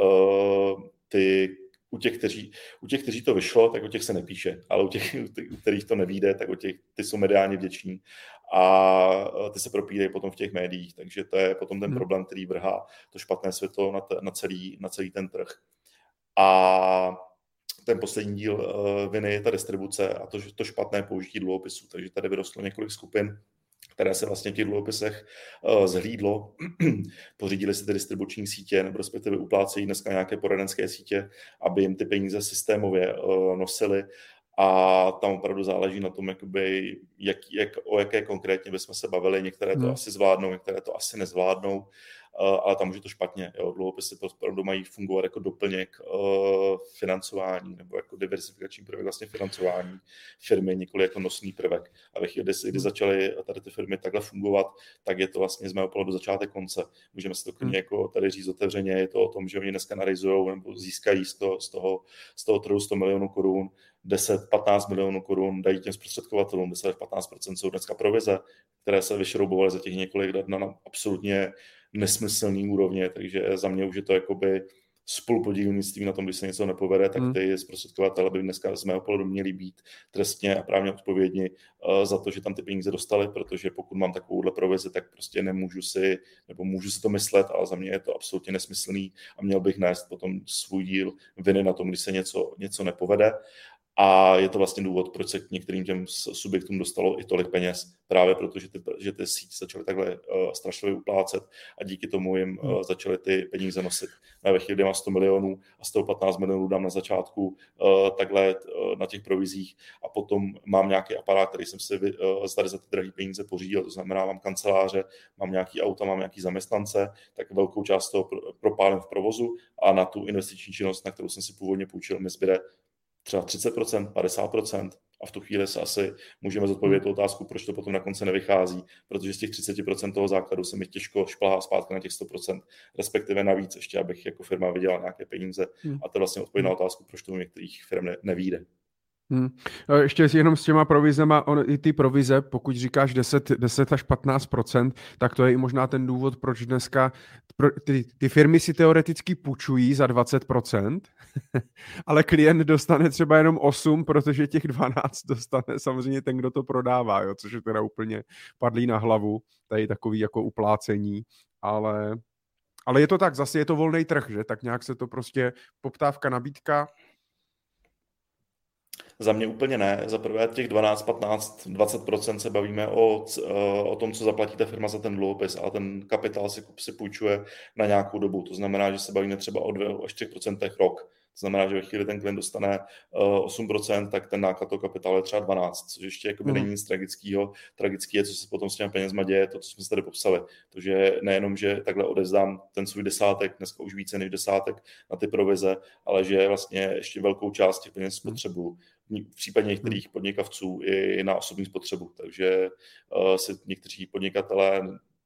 ty u těch, kteří, u těch, kteří to vyšlo, tak o těch se nepíše, ale u těch, u kterých to nevyjde, tak o těch, ty jsou mediálně vděční a ty se propírají potom v těch médiích, takže to je potom ten problém, který vrhá to špatné světlo na, te, na, celý, na celý ten trh. A ten poslední díl uh, viny je ta distribuce a to, to špatné použití dluhopisů. Takže tady vyrostlo několik skupin, které se vlastně v těch dluhopisech uh, zhlídlo. Pořídili si ty distribuční sítě, nebo respektive uplácejí dneska nějaké poradenské sítě, aby jim ty peníze systémově uh, nosily. A tam opravdu záleží na tom, jakoby, jak, jak, o jaké konkrétně bychom se bavili. Některé to hmm. asi zvládnou, některé to asi nezvládnou, ale tam už je to špatně. Jo. Dluhopisy opravdu mají fungovat jako doplněk uh, financování nebo jako diversifikační prvek vlastně financování firmy, nikoli jako nosný prvek. A ve chvíli, kdy začaly tady ty firmy takhle fungovat, tak je to vlastně z mého pohledu začátek konce. Můžeme si to klidně jako tady říct otevřeně, je to o tom, že oni dneska narizujou nebo získají z toho, z toho, z toho trhu sto milionů korun, deset patnáct milionů korun dají těm zprostředkovatelům, deset až patnáct procent jsou dneska provize, které se vyšroubovaly za těch několik let na absolutně nesmyslný úrovně, takže za mě už je to jakoby spolupodílnictví na tom, když se něco nepovede, tak ty zprostředkovatelé by dneska z mého pohledu měli být trestně a právně odpovědni uh, za to, že tam ty peníze dostali, protože pokud mám takovouhle provizi, tak prostě nemůžu si, nebo můžu si to myslet, ale za mě je to absolutně nesmyslný a měl bych nést potom svůj díl viny na tom, když se něco, něco nepovede. A je to vlastně důvod, proč se k některým těm subjektům dostalo i tolik peněz, právě protože ty, že ty síť začaly takhle uh, strašlivě uplácet a díky tomu jim uh, začaly ty peníze nosit. No, ve chvíli, kdy mám sto milionů a z toho patnáct milionů dám na začátku uh, takhle uh, na těch provizích a potom mám nějaký aparát, který jsem si uh, tady za ty drahé peníze pořídil, to znamená, mám kanceláře, mám nějaký auta, mám nějaký zaměstnance, tak velkou část toho propálím v provozu a na tu investiční činnost, na kterou jsem si původně půjčil, mi zbyde třeba třicet procent, padesát procent a v tu chvíli se asi můžeme zodpovědět tu otázku, proč to potom na konci nevychází, protože z těch třicet procent toho základu se mi těžko šplhá zpátky na těch sto procent, respektive navíc ještě, abych jako firma vydělala nějaké peníze a to je vlastně odpověď na otázku, proč to u některých firm ne, nevyjde. Hmm. Ještě jenom s těma provizema, on, i ty provize, pokud říkáš deset, deset až patnáct procent, tak to je i možná ten důvod, proč dneska pro, ty, ty firmy si teoreticky půjčují za dvacet procent, ale klient dostane třeba jenom osm, protože těch dvanáct dostane samozřejmě ten, kdo to prodává, jo, což je teda úplně padlý na hlavu, tady takový jako uplácení, ale, ale je to tak, zase je to volný trh, že? Tak nějak se to prostě poptávka, nabídka. Za mě úplně ne. Za prvé těch dvanáct, patnáct, dvacet procent se bavíme o, o tom, co zaplatí ta firma za ten dluhopis, ale ten kapitál si, si půjčuje na nějakou dobu. To znamená, že se bavíme třeba o dvě až tři procenta rok. To znamená, že ve chvíli ten klient dostane osm procent, tak ten náklad toho kapitálu je třeba dvanáct, což ještě jakoby mm. není nic tragického. Tragický je, co se potom s těmi penězma děje, to, co jsme se tady popsali. Takže nejenom, že takhle odezdám ten svůj desátek, dneska už více než desátek na ty provize, ale že vlastně ještě velkou část těch peněz spotřebuju. V případě některých podnikavců i na osobní spotřebu. Takže uh, si někteří podnikatelé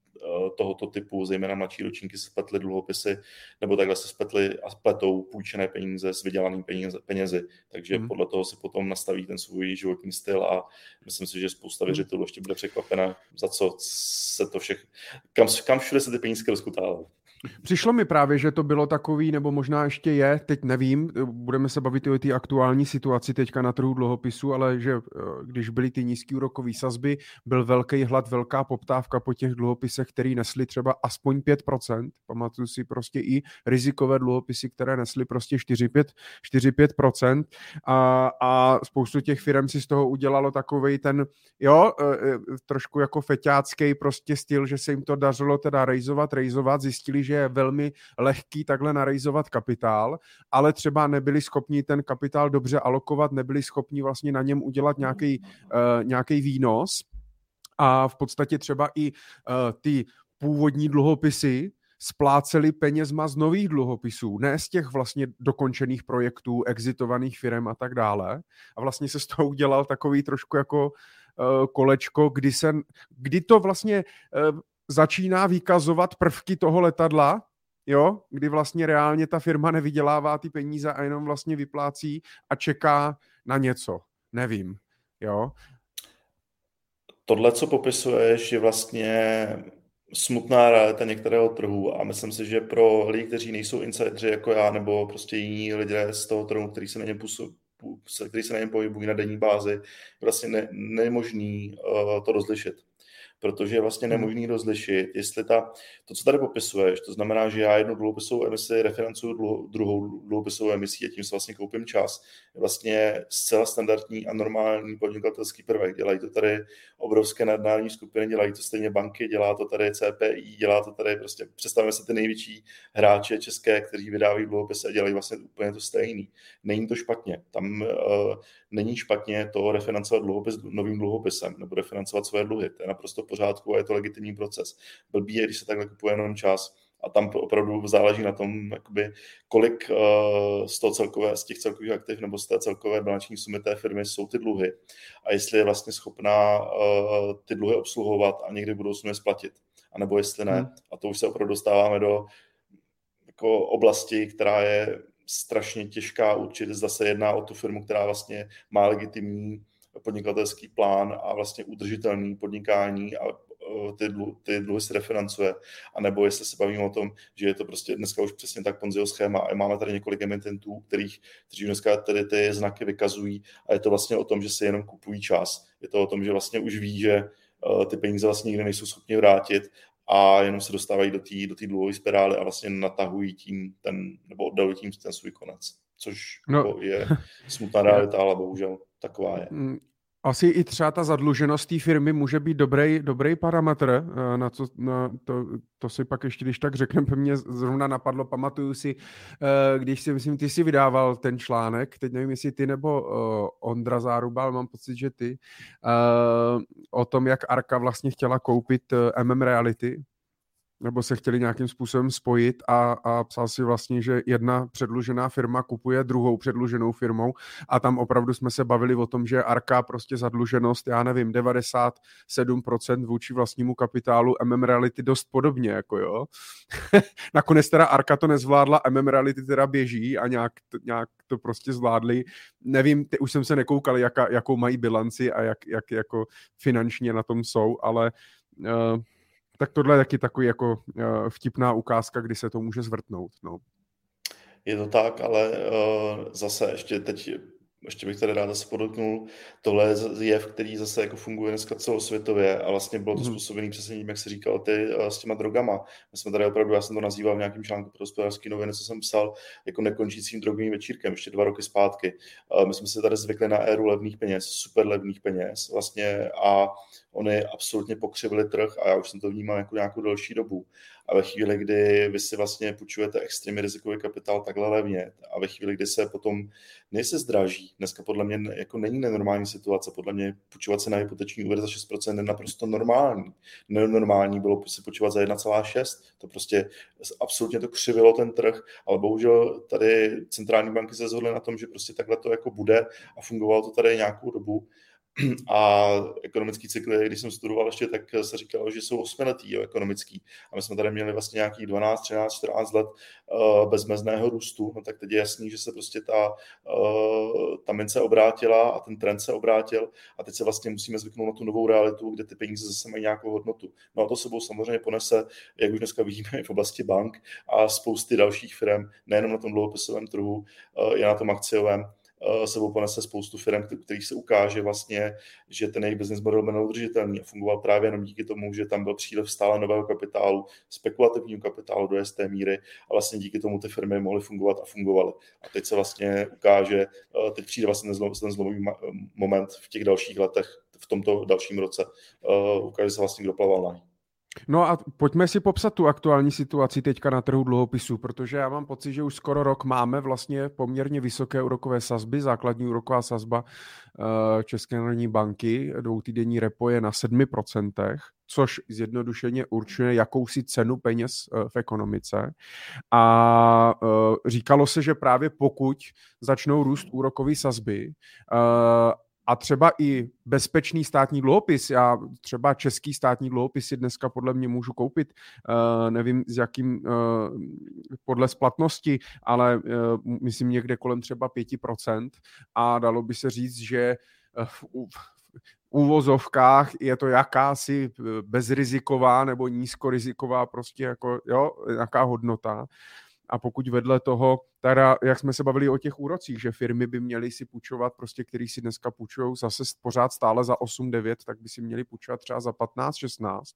tohoto typu, zejména mladší ročníky, se spletly dluhopisy, nebo takhle se spletly a spletou půjčené peníze s vydělanými peníze, penězi. Takže mm. podle toho si potom nastaví ten svůj životní styl a myslím si, že spousta věřitelů ještě bude překvapena, za co se to všechno, kam, kam všude se ty penízky rozkutávají. Přišlo mi právě, že to bylo takový, nebo možná ještě je, teď nevím, budeme se bavit i o té aktuální situaci teďka na trhu dluhopisů, ale že když byly ty nízké úrokové sazby, byl velký hlad, velká poptávka po těch dluhopisech, který nesly třeba aspoň pět procent. Pamatuju si prostě i rizikové dluhopisy, které nesly prostě čtyři pět procent a, a spoustu těch firm si z toho udělalo takovej ten, jo, trošku jako feťácký prostě styl, že se jim to dařilo teda rejzovat, rejzovat, zjistili, že je velmi lehký takhle narejzovat kapitál, ale třeba nebyli schopni ten kapitál dobře alokovat, nebyli schopni vlastně na něm udělat nějaký, uh, nějaký výnos a v podstatě třeba i uh, ty původní dluhopisy spláceli penězma z nových dluhopisů, ne z těch vlastně dokončených projektů, exitovaných firem a tak dále. A vlastně se z toho udělal takový trošku jako uh, kolečko, kdy, se, kdy to vlastně uh, začíná vykazovat prvky toho letadla, jo, kdy vlastně reálně ta firma nevydělává ty peníze a jenom vlastně vyplácí a čeká na něco. Nevím, jo. Tohle, co popisuješ, je vlastně smutná realita některého trhu a myslím si, že pro lidi, kteří nejsou insidři jako já, nebo prostě jiní lidé z toho trhu, který se na něm působí, který se na něm pohybují na denní bázi, vlastně ne, nemožný uh, to rozlišit. Protože je vlastně nemožný rozlišit, jestli ta, to, co tady popisuješ, to znamená, že já jednu dluhopisovou emisi refinancuju dluho, druhou dluhopisovou emisí a tím se vlastně koupím čas. Je vlastně zcela standardní a normální podnikatelský prvek. Dělají to tady obrovské nadnárodní skupiny, dělají to stejně banky, dělá to tady C P I, dělá to tady prostě, představíme si ty největší hráče české, kteří vydávají dluhopisy a dělají vlastně úplně to stejný. Není to špatně. Tam uh, není špatně to refinancovat dluhopis novým dluhopisem nebo refinancovat své dluhy. To je naprosto pořádku a je to legitimní proces. Blbý je, když se takhle kupuje jenom čas a tam opravdu záleží na tom, jakoby, kolik uh, z, toho celkové, z těch celkových aktiv nebo z té celkové bilanční sumy té firmy jsou ty dluhy a jestli je vlastně schopná uh, ty dluhy obsluhovat a někdy v budoucnu je splatit. A nebo jestli ne. Hmm. A to už se opravdu dostáváme do jako, oblasti, která je strašně těžká určitě, zda se jedná o tu firmu, která vlastně má legitimní podnikatelský plán a vlastně udržitelný podnikání a ty, dlu, ty dluhy se refinancuje, anebo jestli se bavíme o tom, že je to prostě dneska už přesně tak Ponziho schéma a máme tady několik emitentů, kterých, kteří dneska tady ty znaky vykazují a je to vlastně o tom, že se jenom kupují čas. Je to o tom, že vlastně už ví, že uh, ty peníze vlastně nikdy nejsou schopni vrátit a jenom se dostávají do té do té dluhové spirály a vlastně natahují tím ten, nebo oddalují tím ten svůj konec. Což no. jako je smutná realita, ale bohužel taková je. Asi i třeba ta zadluženost té firmy může být dobrý, dobrý parametr, na co, na to, to si pak ještě, když tak řekneme, mě zrovna napadlo, pamatuju si, když si, myslím, ty si vydával ten článek, teď nevím, jestli ty nebo uh, Ondra Záruba, ale mám pocit, že ty, uh, o tom, jak Arka vlastně chtěla koupit uh, M M Reality, nebo se chtěli nějakým způsobem spojit a, a psal si vlastně, že jedna předlužená firma kupuje druhou předluženou firmou a tam opravdu jsme se bavili o tom, že Arka prostě zadluženost, já nevím, devadesát sedm procent vůči vlastnímu kapitálu, M M Reality dost podobně, jako jo. Nakonec teda Arka to nezvládla, M M Reality teda běží a nějak, nějak to prostě zvládli. Nevím, ty, už jsem se nekoukal, jaka, jakou mají bilanci a jak, jak jako finančně na tom jsou, ale uh, tak tohle je taky takový jako uh, vtipná ukázka, kdy se to může zvrtnout. No. Je to tak, ale uh, zase ještě teď ještě bych tady rád zase podotknul, tohle je jev, který zase jako funguje dneska celosvětově a vlastně bylo to Mhm. způsobený přesně tím, jak se říkal, ty s těma drogama. My jsme tady opravdu, já jsem to nazýval v nějakém článku pro Hospodářské noviny, co jsem psal, jako nekončícím drogovým večírkem, ještě dva roky zpátky. My jsme se tady zvykli na éru levných peněz, super levných peněz vlastně a oni absolutně pokřivili trh a já už jsem to vnímal jako nějakou delší dobu. A ve chvíli, kdy vy si vlastně půjčujete extrémně rizikový kapitál takhle levně a ve chvíli, kdy se potom nejse zdraží, dneska podle mě jako není nenormální situace, podle mě půjčovat se na hypoteční úvěr za šest procent je naprosto normální. Nenormální bylo si půjčovat za jedna celá šest, to prostě absolutně to křivilo ten trh, ale bohužel tady centrální banky se shodly na tom, že prostě takhle to jako bude a fungovalo to tady nějakou dobu. A ekonomický cykly, když jsem studoval ještě, tak se říkalo, že jsou osmiletý jo, ekonomický. A my jsme tady měli vlastně nějakých dvanáct, třináct, čtrnáct let uh, bezmezného růstu. No tak teď je jasný, že se prostě ta, uh, ta mince obrátila a ten trend se obrátil a teď se vlastně musíme zvyknout na tu novou realitu, kde ty peníze zase mají nějakou hodnotu. No a to sebou samozřejmě ponese, jak už dneska vidíme i v oblasti bank a spousty dalších firm, nejenom na tom dluhopisovém trhu, uh, i na tom akciovém, sebou ponese spoustu firm, kterých se ukáže vlastně, že ten jejich business model byl neudržitelný a fungoval právě jenom díky tomu, že tam byl příliv stále nového kapitálu, spekulativního kapitálu do jisté míry a vlastně díky tomu ty firmy mohly fungovat a fungovaly. A teď se vlastně ukáže, teď přijde vlastně ten zlomový moment v těch dalších letech, v tomto dalším roce, ukáže se vlastně, kdo plaval nahý. No a pojďme si popsat tu aktuální situaci teďka na trhu dluhopisů, protože já mám pocit, že už skoro rok máme vlastně poměrně vysoké úrokové sazby, základní úroková sazba České národní banky, dvoutýdenní repo je na sedm procent, což zjednodušeně určuje jakousi cenu peněz v ekonomice. A říkalo se, že právě pokud začnou růst úrokové sazby, a třeba i bezpečný státní dluhopis, já třeba český státní dluhopis si dneska podle mě můžu koupit, uh, nevím s jakým, uh, podle splatnosti, ale uh, myslím někde kolem třeba pět procent a dalo by se říct, že uh, v úvozovkách je to jakási bezriziková nebo nízkoriziková prostě jako, jo, jaká hodnota. A pokud vedle toho, teda, jak jsme se bavili o těch úrocích, že firmy by měly si půjčovat, prostě, který si dneska půjčují zase pořád stále za osm devět, tak by si měli půjčovat třeba za patnáct šestnáct.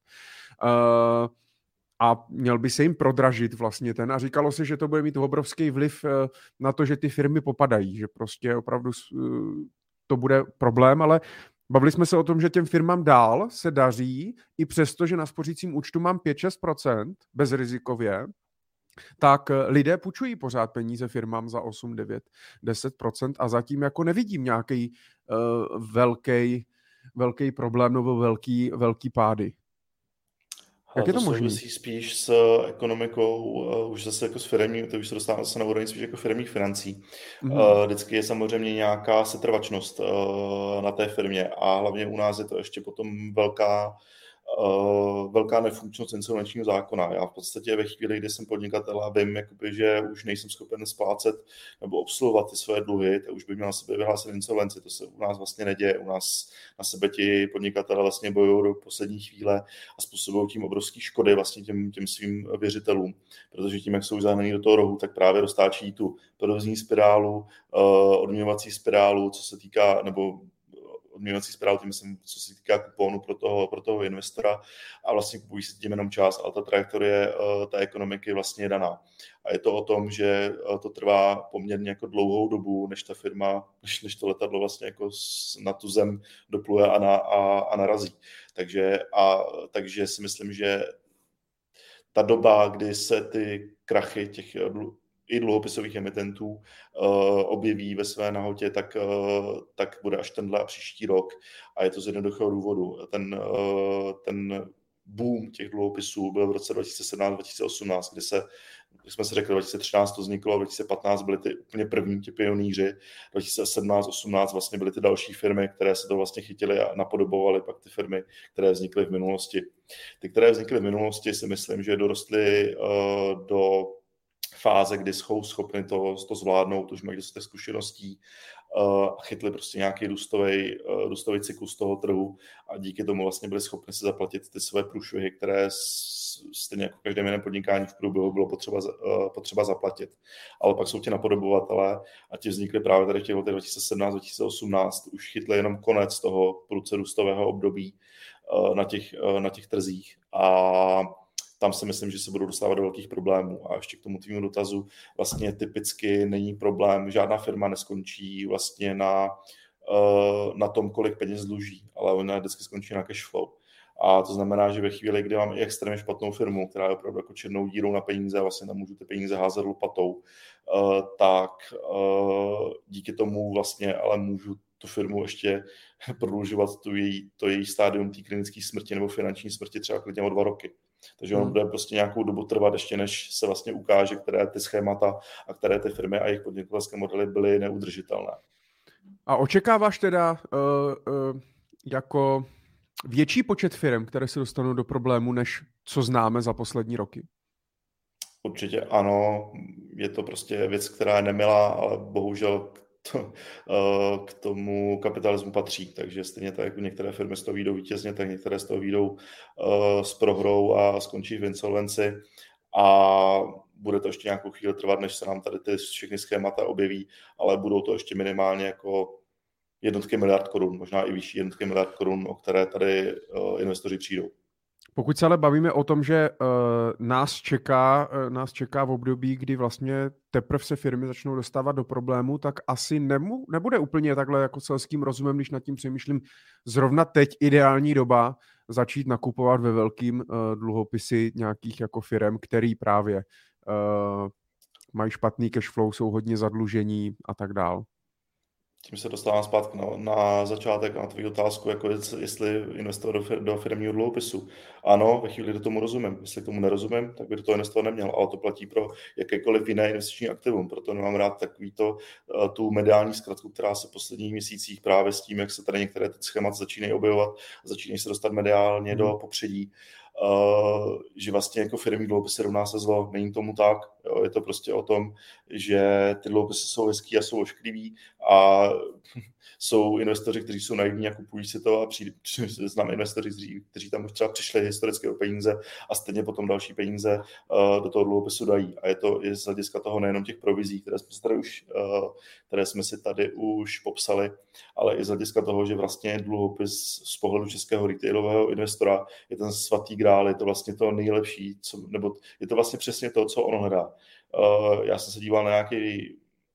Uh, a měl by se jim prodražit vlastně ten. A říkalo se, že to bude mít obrovský vliv na to, že ty firmy popadají, že prostě opravdu uh, to bude problém, ale bavili jsme se o tom, že těm firmám dál se daří, i přesto, že na spořícím účtu mám pět šest procent bezrizikově, tak lidé půjčují pořád peníze firmám za osm devět deset procent a zatím jako nevidím nějaký uh, velký, velký problém nebo velký, velký pády. Jak je to, to možné? Souvisí spíš s ekonomikou, uh, už zase jako s firmní, to už se dostává zase na úroveň spíš jako firmních financí. Mm-hmm. Uh, vždycky je samozřejmě nějaká setrvačnost uh, na té firmě a hlavně u nás je to ještě potom velká Uh, velká nefunkčnost insolvenčního zákona. Já v podstatě ve chvíli, kdy jsem podnikatel a vím, jakoby, že už nejsem schopen splácet nebo obsluhovat ty své dluhy, tak už bych měl na sebe vyhlásit insolvenci. To se u nás vlastně neděje. U nás na sebe ti podnikatelé vlastně bojují do poslední chvíle a způsobují tím obrovské škody vlastně těm, těm svým věřitelům. Protože tím, jak jsou zahnaný do toho rohu, tak právě roztáčí tu provozní spirálu, uh, odměňovací spirálu, co se týká, nebo odměňovací spirálu, tím myslím, co se týká kupónu pro toho, pro toho investora a vlastně kupují si tím jenom čas, ale ta trajektorie uh, té ekonomiky vlastně je daná. A je to o tom, že uh, to trvá poměrně jako dlouhou dobu, než ta firma, než, než to letadlo vlastně jako na tu zem dopluje a, na, a, a narazí. Takže, a, takže si myslím, že ta doba, kdy se ty krachy těch i dluhopisových emitentů uh, objeví ve své nahotě, tak, uh, tak bude až tenhle a příští rok. A je to z jednoduchého důvodu. Ten, uh, ten boom těch dluhopisů byl v roce dva tisíce sedmnáct dva tisíce osmnáct, kdy se, když jsme si řekli, dva tisíce třináct to vzniklo, dva tisíce patnáct byly ty úplně první ti pionýři, dva tisíce sedmnáct osmnáct vlastně byly ty další firmy, které se to vlastně chytily a napodobovaly pak ty firmy, které vznikly v minulosti. Ty, které vznikly v minulosti, si myslím, že dorostly uh, do fáze, kdy jsou schopni to, to zvládnout, už mají dostatek zkušeností a chytli prostě nějaký růstový, růstový cyklus toho trhu a díky tomu vlastně byli schopni si zaplatit ty své průšvihy, které stejně jako v každém jiném podnikání v průběhu bylo potřeba, potřeba zaplatit. Ale pak jsou ti napodobovatelé a ti vznikly právě tady v těch letech dva tisíce sedmnáct dva tisíce osmnáct, už chytli jenom konec toho prudce růstového období na těch, na těch trzích a tam si myslím, že se budou dostávat do velkých problémů. A ještě k tomu tvýmu dotazu, vlastně typicky není problém, žádná firma neskončí vlastně na, na tom, kolik peněz dluží, ale ona vždycky skončí na cash flow. A to znamená, že ve chvíli, kdy mám i extrémně špatnou firmu, která je opravdu jako černou dírou na peníze, vlastně tam můžu ty peníze házet lopatou, tak díky tomu vlastně ale můžu tu firmu ještě prodlužovat tu její, to její stádium té klinické smrti nebo finanční smrti třeba klidně o dva roky. Takže ono bude prostě nějakou dobu trvat ještě, než se vlastně ukáže, které ty schémata a které ty firmy a jejich podnikatelské modely byly neudržitelné. A očekáváš teda uh, uh, jako větší počet firm, které se dostanou do problému, než co známe za poslední roky? Určitě ano, je to prostě věc, která je nemilá, ale bohužel to, k tomu kapitalismu patří, takže stejně tak, jako některé firmy z toho výjdou vítězně, tak některé z toho výjdou s prohrou a skončí v insolvenci a bude to ještě nějakou chvíli trvat, než se nám tady ty všechny schémata objeví, ale budou to ještě minimálně jako jednotky miliard korun, možná i vyšší jednotky miliard korun, o které tady investoři přijdou. Pokud se ale bavíme o tom, že uh, nás čeká, uh, nás čeká v období, kdy vlastně teprve se firmy začnou dostávat do problému, tak asi nemu, nebude úplně takhle jako selským rozumem, když nad tím přemýšlím, zrovna teď ideální doba začít nakupovat ve velkým uh, dluhopisy nějakých jako firem, který právě uh, mají špatný cash flow, jsou hodně zadlužení a tak dál. Tím se dostávám zpátky na, na začátek, na tvou otázku, jako jestli investovat do, do firmního dluhopisu. Ano, ve chvíli, kdy tomu rozumím. Jestli tomu nerozumím, tak by do toho investovat neměl, ale to platí pro jakékoliv jiné investiční aktivum. Proto nemám rád takovýto, tu mediální zkratku, která se v posledních měsících právě s tím, jak se tady některé ty schématy začínají objevovat, začínají se dostat mediálně hmm. do popředí. Uh, že vlastně jako firmní dluhopisy rovná se zlo. Není tomu tak. Jo. Je to prostě o tom, že ty dluhopisy jsou hezký a jsou ošklivý a jsou investoři, kteří jsou naivní a kupují si to a přijde, znám investoři, kteří, kteří tam už třeba přišli historicky o peníze a stejně potom další peníze uh, do toho dluhopisu dají. A je to i z hlediska toho nejenom těch provizí, které jsme si tady už, uh, které jsme si tady už popsali, ale i z hlediska toho, že vlastně dluhopis z pohledu českého retailového investora je ten svatý grál, je to vlastně to nejlepší, co, nebo je to vlastně přesně to, co on hledá. Uh, já jsem se díval na nějaký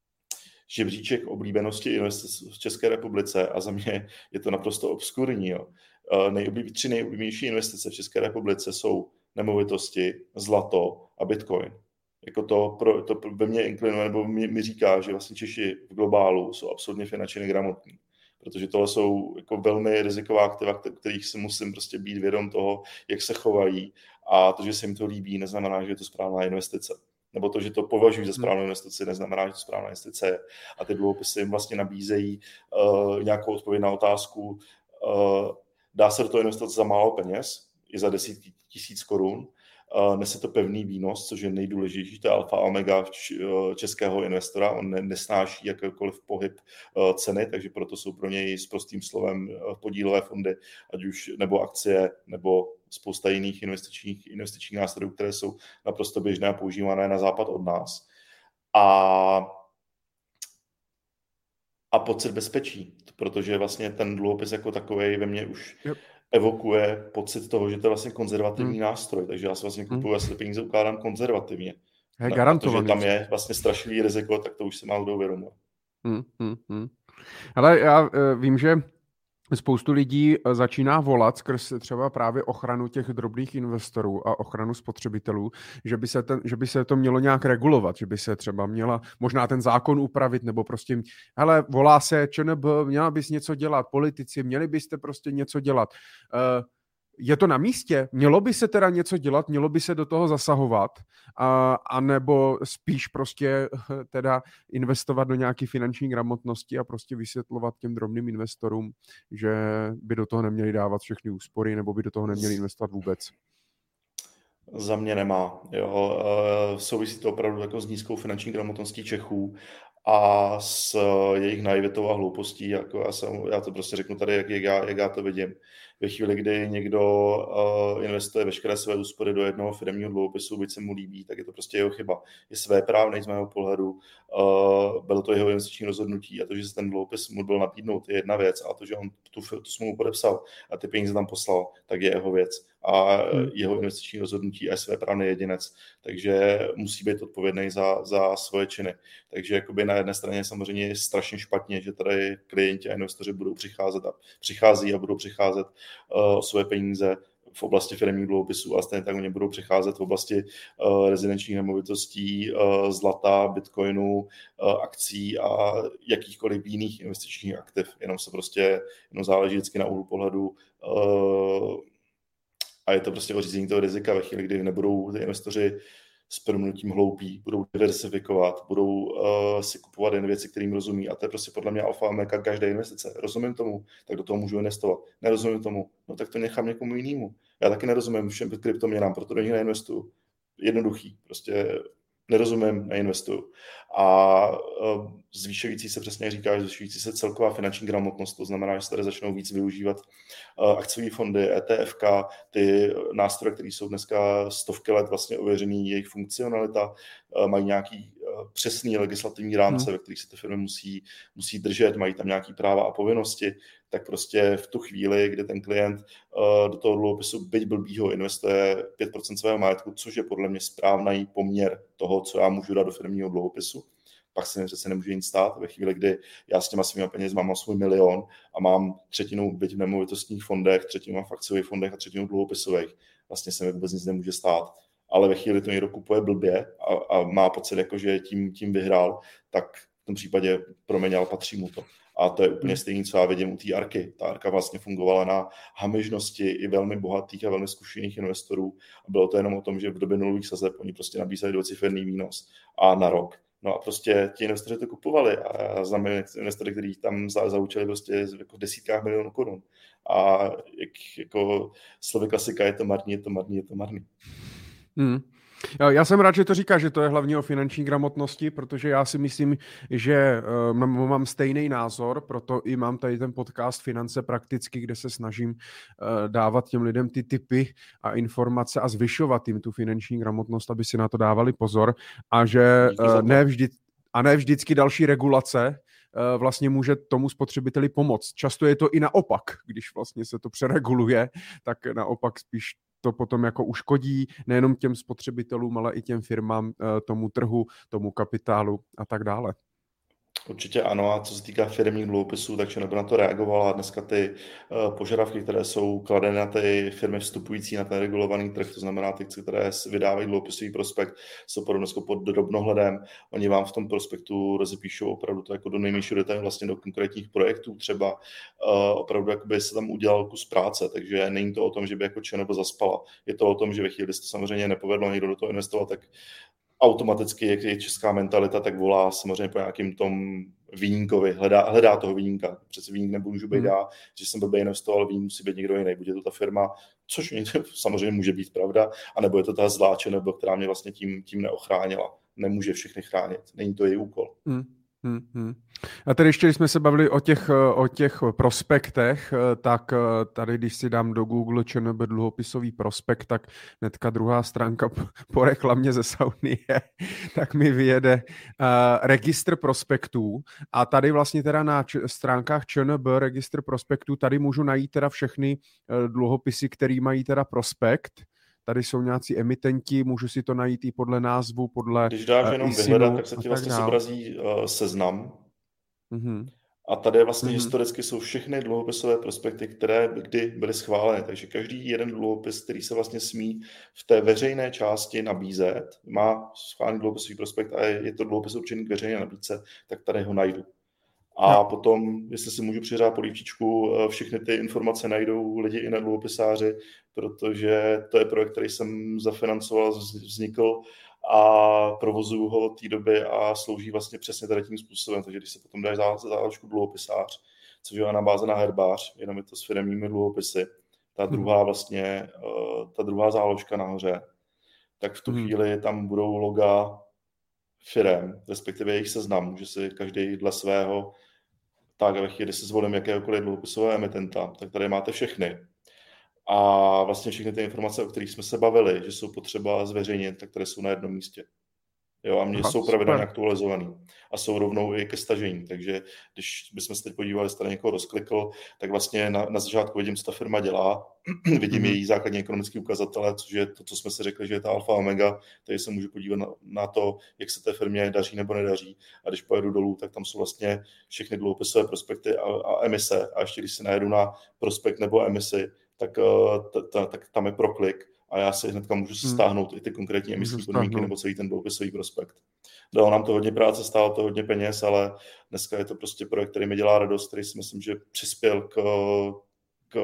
žebříček oblíbenosti investic v České republice a za mě je to naprosto obskurní. Jo. Uh, nejoblíb, tři nejoblíbenější investice v České republice jsou nemovitosti, zlato a bitcoin. Jako to, pro, to ve mně inklinuje, nebo mi, mi říká, že vlastně Češi v globálu jsou absolutně finančně negramotní. Protože tohle jsou jako velmi riziková aktiva, kterých si musím prostě být vědom toho, jak se chovají a to, že se jim to líbí, neznamená, že je to správná investice. Nebo to, že to považují za správnou investici, neznamená, že to správná investice je. A ty dluhopisy jim vlastně nabízejí uh, nějakou odpověď na otázku, uh, dá se do toho investovat za málo peněz, i za desítky tisíc korun, Uh, nese to pevný výnos, což je nejdůležitější, to je alfa omega českého investora, on ne, nesnáší jakýkoliv pohyb uh, ceny, takže proto jsou pro něj s prostým slovem uh, podílové fondy, ať už nebo akcie, nebo spousta jiných investičních, investičních nástrojů, které jsou naprosto běžné a používané na západ od nás. A a pocit bezpečí, protože vlastně ten dluhopis jako takovej ve mně už yep. evokuje pocit toho, že to je vlastně konzervativní hmm. nástroj, takže já si vlastně kupuju, hmm. asi peníze ukládám konzervativně. Je garantovaný. Protože tam je vlastně strašlivý riziko, tak to už se málo kdo uvědomuje. Hmm, hmm, hmm. Ale já uh, vím, že spoustu lidí začíná volat skrz třeba právě ochranu těch drobných investorů a ochranu spotřebitelů, že by se, ten, že by se to mělo nějak regulovat, že by se třeba měla možná ten zákon upravit, nebo prostě, hele, volá se ČNB, měla bys něco dělat, politici, měli byste prostě něco dělat. Uh, Je to na místě? Mělo by se teda něco dělat? Mělo by se do toho zasahovat? A, a nebo spíš prostě teda investovat do nějaké finanční gramotnosti a prostě vysvětlovat těm drobným investorům, že by do toho neměli dávat všechny úspory nebo by do toho neměli investovat vůbec? Za mě nemá. Jo. Souvisí to opravdu jako s nízkou finanční gramotností Čechů a s jejich naivitou a hloupostí, jako já, jsem, já to prostě řeknu tady, jak, jak, já, jak já to vidím. Ve chvíli, kdy někdo uh, investuje veškeré své úspory do jednoho firemního dluhopisu, byť se mu líbí, tak je to prostě jeho chyba. Je svéprávnej z mého pohledu, uh, bylo to jeho investiční rozhodnutí a to, že se ten dluhopis mu byl nabídnout, je jedna věc a to, že on tu, tu smlouvu podepsal a ty peníze tam poslal, tak je jeho věc a hmm. jeho investiční rozhodnutí a je svéprávný jedinec, takže musí být odpovědný za, za svoje činy. Takže jakoby na jedné straně samozřejmě je strašně špatně, že tady klienti a investoři budou přicházet a přichází a budou přicházet o uh, své peníze v oblasti firemních dluhopisů a stejně tak oni budou přicházet v oblasti uh, rezidenčních nemovitostí, uh, zlata, bitcoinu, uh, akcí a jakýchkoliv jiných investičních aktiv. Jenom se prostě, jenom záleží vždycky na úhlu pohledu uh, a je to prostě o řízení toho rizika ve chvíli, kdy nebudou ty investoři s promnutím hloupí, budou diversifikovat, budou uh, si kupovat jen věci, kterým rozumí. A to je prostě podle mě alfa omega každé investice. Rozumím tomu, tak do toho můžu investovat. Nerozumím tomu, no tak to nechám někomu jinému. Já taky nerozumím všem kryptoměnám, proto do nich neinvestuju. Jednoduchý, prostě nerozumím, neinvestuju. A uh, zvyšující se, přesně říká, že zvyšující se celková finanční gramotnost, to znamená, že se tady začnou víc využívat uh, akciové fondy, E T F ka, ty nástroje, které jsou dneska stovky let vlastně ověřený, jejich funkcionalita, uh, mají nějaký uh, přesný legislativní rámce, hmm. ve kterých se ty firmy musí, musí držet, mají tam nějaký práva a povinnosti, tak prostě v tu chvíli, kdy ten klient uh, do toho dluhopisu byť blbýho investuje pět procent svého majetku, což je podle mě správný poměr toho, co já můžu dát do firmního dluhopisu, pak se mi přece nemůže nic stát. Ve chvíli, kdy já s těma svými penězi mám svůj milion a mám třetinu byť v nemovitostních fondech, třetinu mám v akciových fondech a třetinu dluhopisových, vlastně se mi vůbec nic nemůže stát. Ale ve chvíli, kdy to někdo kupuje blbě a, a má pocit, jako, že tím, tím vyhrál, tak v tom případě proměňal, patří mu to. A to je úplně stejné, co já vidím u té Arky. Ta Arka vlastně fungovala na hamižnosti i velmi bohatých a velmi zkušených investorů. A bylo to jenom o tom, že v době nulových sazeb oni prostě nabízeli dvouciferný výnos a na rok. No a prostě ti investoři to kupovali a já znám investory, kteří tam za, zaučili prostě jako v desítkách milionů korun. A jak, jako slovy klasika, je to marný, je to marný, je to marný. Hmm. Já jsem rád, že to říká, že to je hlavně o finanční gramotnosti, protože já si myslím, že uh, mám stejný názor, proto i mám tady ten podcast Finance prakticky, kde se snažím uh, dávat těm lidem ty tipy a informace a zvyšovat jim tu finanční gramotnost, aby si na to dávali pozor a že uh, ne vždy, a ne vždycky další regulace uh, vlastně může tomu spotřebiteli pomoct. Často je to i naopak, když vlastně se to přereguluje, tak naopak spíš to potom jako uškodí nejenom těm spotřebitelům, ale i těm firmám, tomu trhu, tomu kapitálu a tak dále. Určitě ano, a co se týká firemních dluhopisů, takže nebo na to reagovala. Dneska ty uh, požadavky, které jsou kladeny na ty firmy vstupující na ten regulovaný trh, to znamená ty, které vydávají dluhopisový prospekt, jsou podobně pod drobnohledem. Oni vám v tom prospektu rozepíšou opravdu to jako do nejmenšího detailu, vlastně do konkrétních projektů třeba. Uh, opravdu jakoby se tam udělal kus práce, takže není to o tom, že by jako ČNB zaspala. Je to o tom, že ve chvíli, kdy se to samozřejmě nepovedlo někdo do toho investovat, tak automaticky, jak je česká mentalita, tak volá samozřejmě po nějakým tom viníkovi, hledá, hledá toho viníka. Přece viník nemůžu být já, že jsem blbě investoval, vín musí být někdo jiný, buď je to ta firma, což samozřejmě může být pravda, anebo je to ta zlá ČNB, která mě vlastně tím, tím neochránila. Nemůže všechny chránit, není to její úkol. Hmm. Hmm, hmm. A tady ještě, když jsme se bavili o těch, o těch prospektech, tak tady, když si dám do Google ČNB dluhopisový prospekt, tak hnedka druhá stránka po reklamě ze Saunie, tak mi vyjede uh, registr prospektů a tady vlastně teda na č- stránkách ČNB registr prospektů, tady můžu najít teda všechny uh, dluhopisy, který mají teda prospekt. Tady jsou nějací emitenti, můžu si to najít i podle názvu, podle Když dáš jenom vyhledat, tak se ti vlastně zobrazí uh, seznam. Mm-hmm. A tady vlastně mm-hmm. historicky jsou všechny dluhopisové prospekty, které kdy byly schváleny. Takže každý jeden dluhopis, který se vlastně smí v té veřejné části nabízet, má schválený dluhopisový prospekt a je to dluhopis určený k veřejné nabídce, tak tady ho najdu. A no. Potom, jestli si můžu přiřát polívčičku, všechny ty informace najdou lidi i na dluhopisáři, protože to je projekt, který jsem zafinancoval, vznikl a provozuju ho od té doby a slouží vlastně přesně tady tím způsobem. Takže když se potom dáš záložku dluhopisář, což je anabáze na herbář, jenom je to s firemními dluhopisy, ta druhá vlastně, ta druhá záložka nahoře, tak v tu chvíli tam budou loga firem, respektive jejich seznam, může si každý dle svého, tak ve chvíli, kdy si zvolím jakéhokoliv dluhopisového emitenta, tak tady máte všechny. A vlastně všechny ty informace, o kterých jsme se bavili, že jsou potřeba zveřejnit, tak které jsou na jednom místě. Jo, a mě jsou pravidelně aktualizovaný a jsou rovnou i ke stažení. Takže když bychom se teď podívali, jestli tady někoho rozklikl, tak vlastně na, na začátku vidím, co ta firma dělá, vidím mm-hmm. její základní ekonomické ukazatele, což je to, co jsme si řekli, že je ta alfa omega, takže se můžu podívat na, na to, jak se té firmě daří nebo nedaří. A když pojedu dolů, tak tam jsou vlastně všechny dluhopisové prospekty a, a emise. A ještě když si najedu na prospekt nebo emisi, tak, t, t, tak tam je proklik. A já si hnedka můžu stáhnout hmm. i ty konkrétní emisní podmínky nebo celý ten dluhopisový prospekt. Dalo nám to hodně práce, stálo to hodně peněz, ale dneska je to prostě projekt, který mi dělá radost, který si myslím, že přispěl k, k,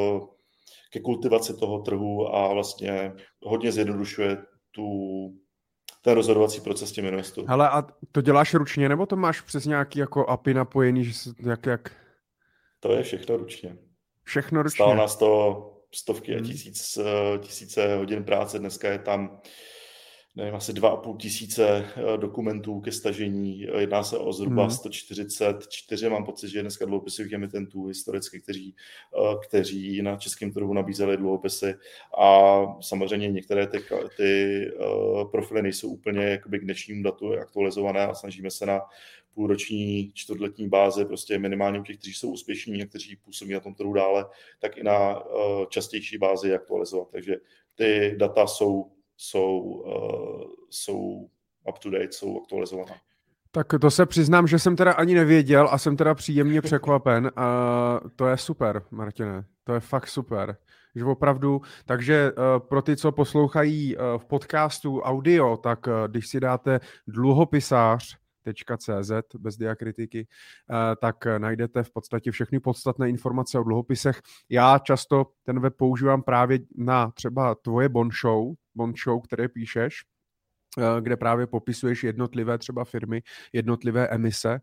ke kultivaci toho trhu a vlastně hodně zjednodušuje tu, ten rozhodovací proces těm investorům. Hele, a to děláš ručně, nebo to máš přes nějaký jako A P I napojený, že se, jak, jak... To je všechno ručně. Všechno ručně. Stálo nás to stovky a tisíc, tisíce hodin práce. Dneska je tam, nevím, asi dva a půl tisíce dokumentů ke stažení. Jedná se o zhruba hmm. sto čtyřicet čtyři, mám pocit, že je dneska dluhopisových emitentů historicky, kteří, kteří na českém trhu nabízeli dluhopisy. A samozřejmě některé ty, ty profily nejsou úplně jakoby k dnešnímu datu aktualizované a snažíme se na půlroční, čtvrtletní báze, prostě minimálně u těch, kteří jsou úspěšní a kteří působí na tom trhu dále, tak i na uh, častější bázi aktualizovat. Takže ty data jsou, jsou, uh, jsou up to date, jsou aktualizovaná. Tak to se přiznám, že jsem teda ani nevěděl a jsem teda příjemně překvapen. A to je super, Martine, to je fakt super. Že opravdu, takže uh, pro ty, co poslouchají uh, v podcastu audio, tak uh, když si dáte dluhopisář .cz bez diakritiky, tak najdete v podstatě všechny podstatné informace o dluhopisech. Já často ten web používám právě na třeba tvoje bond show, bond show, které píšeš, kde právě popisuješ jednotlivé třeba firmy, jednotlivé emise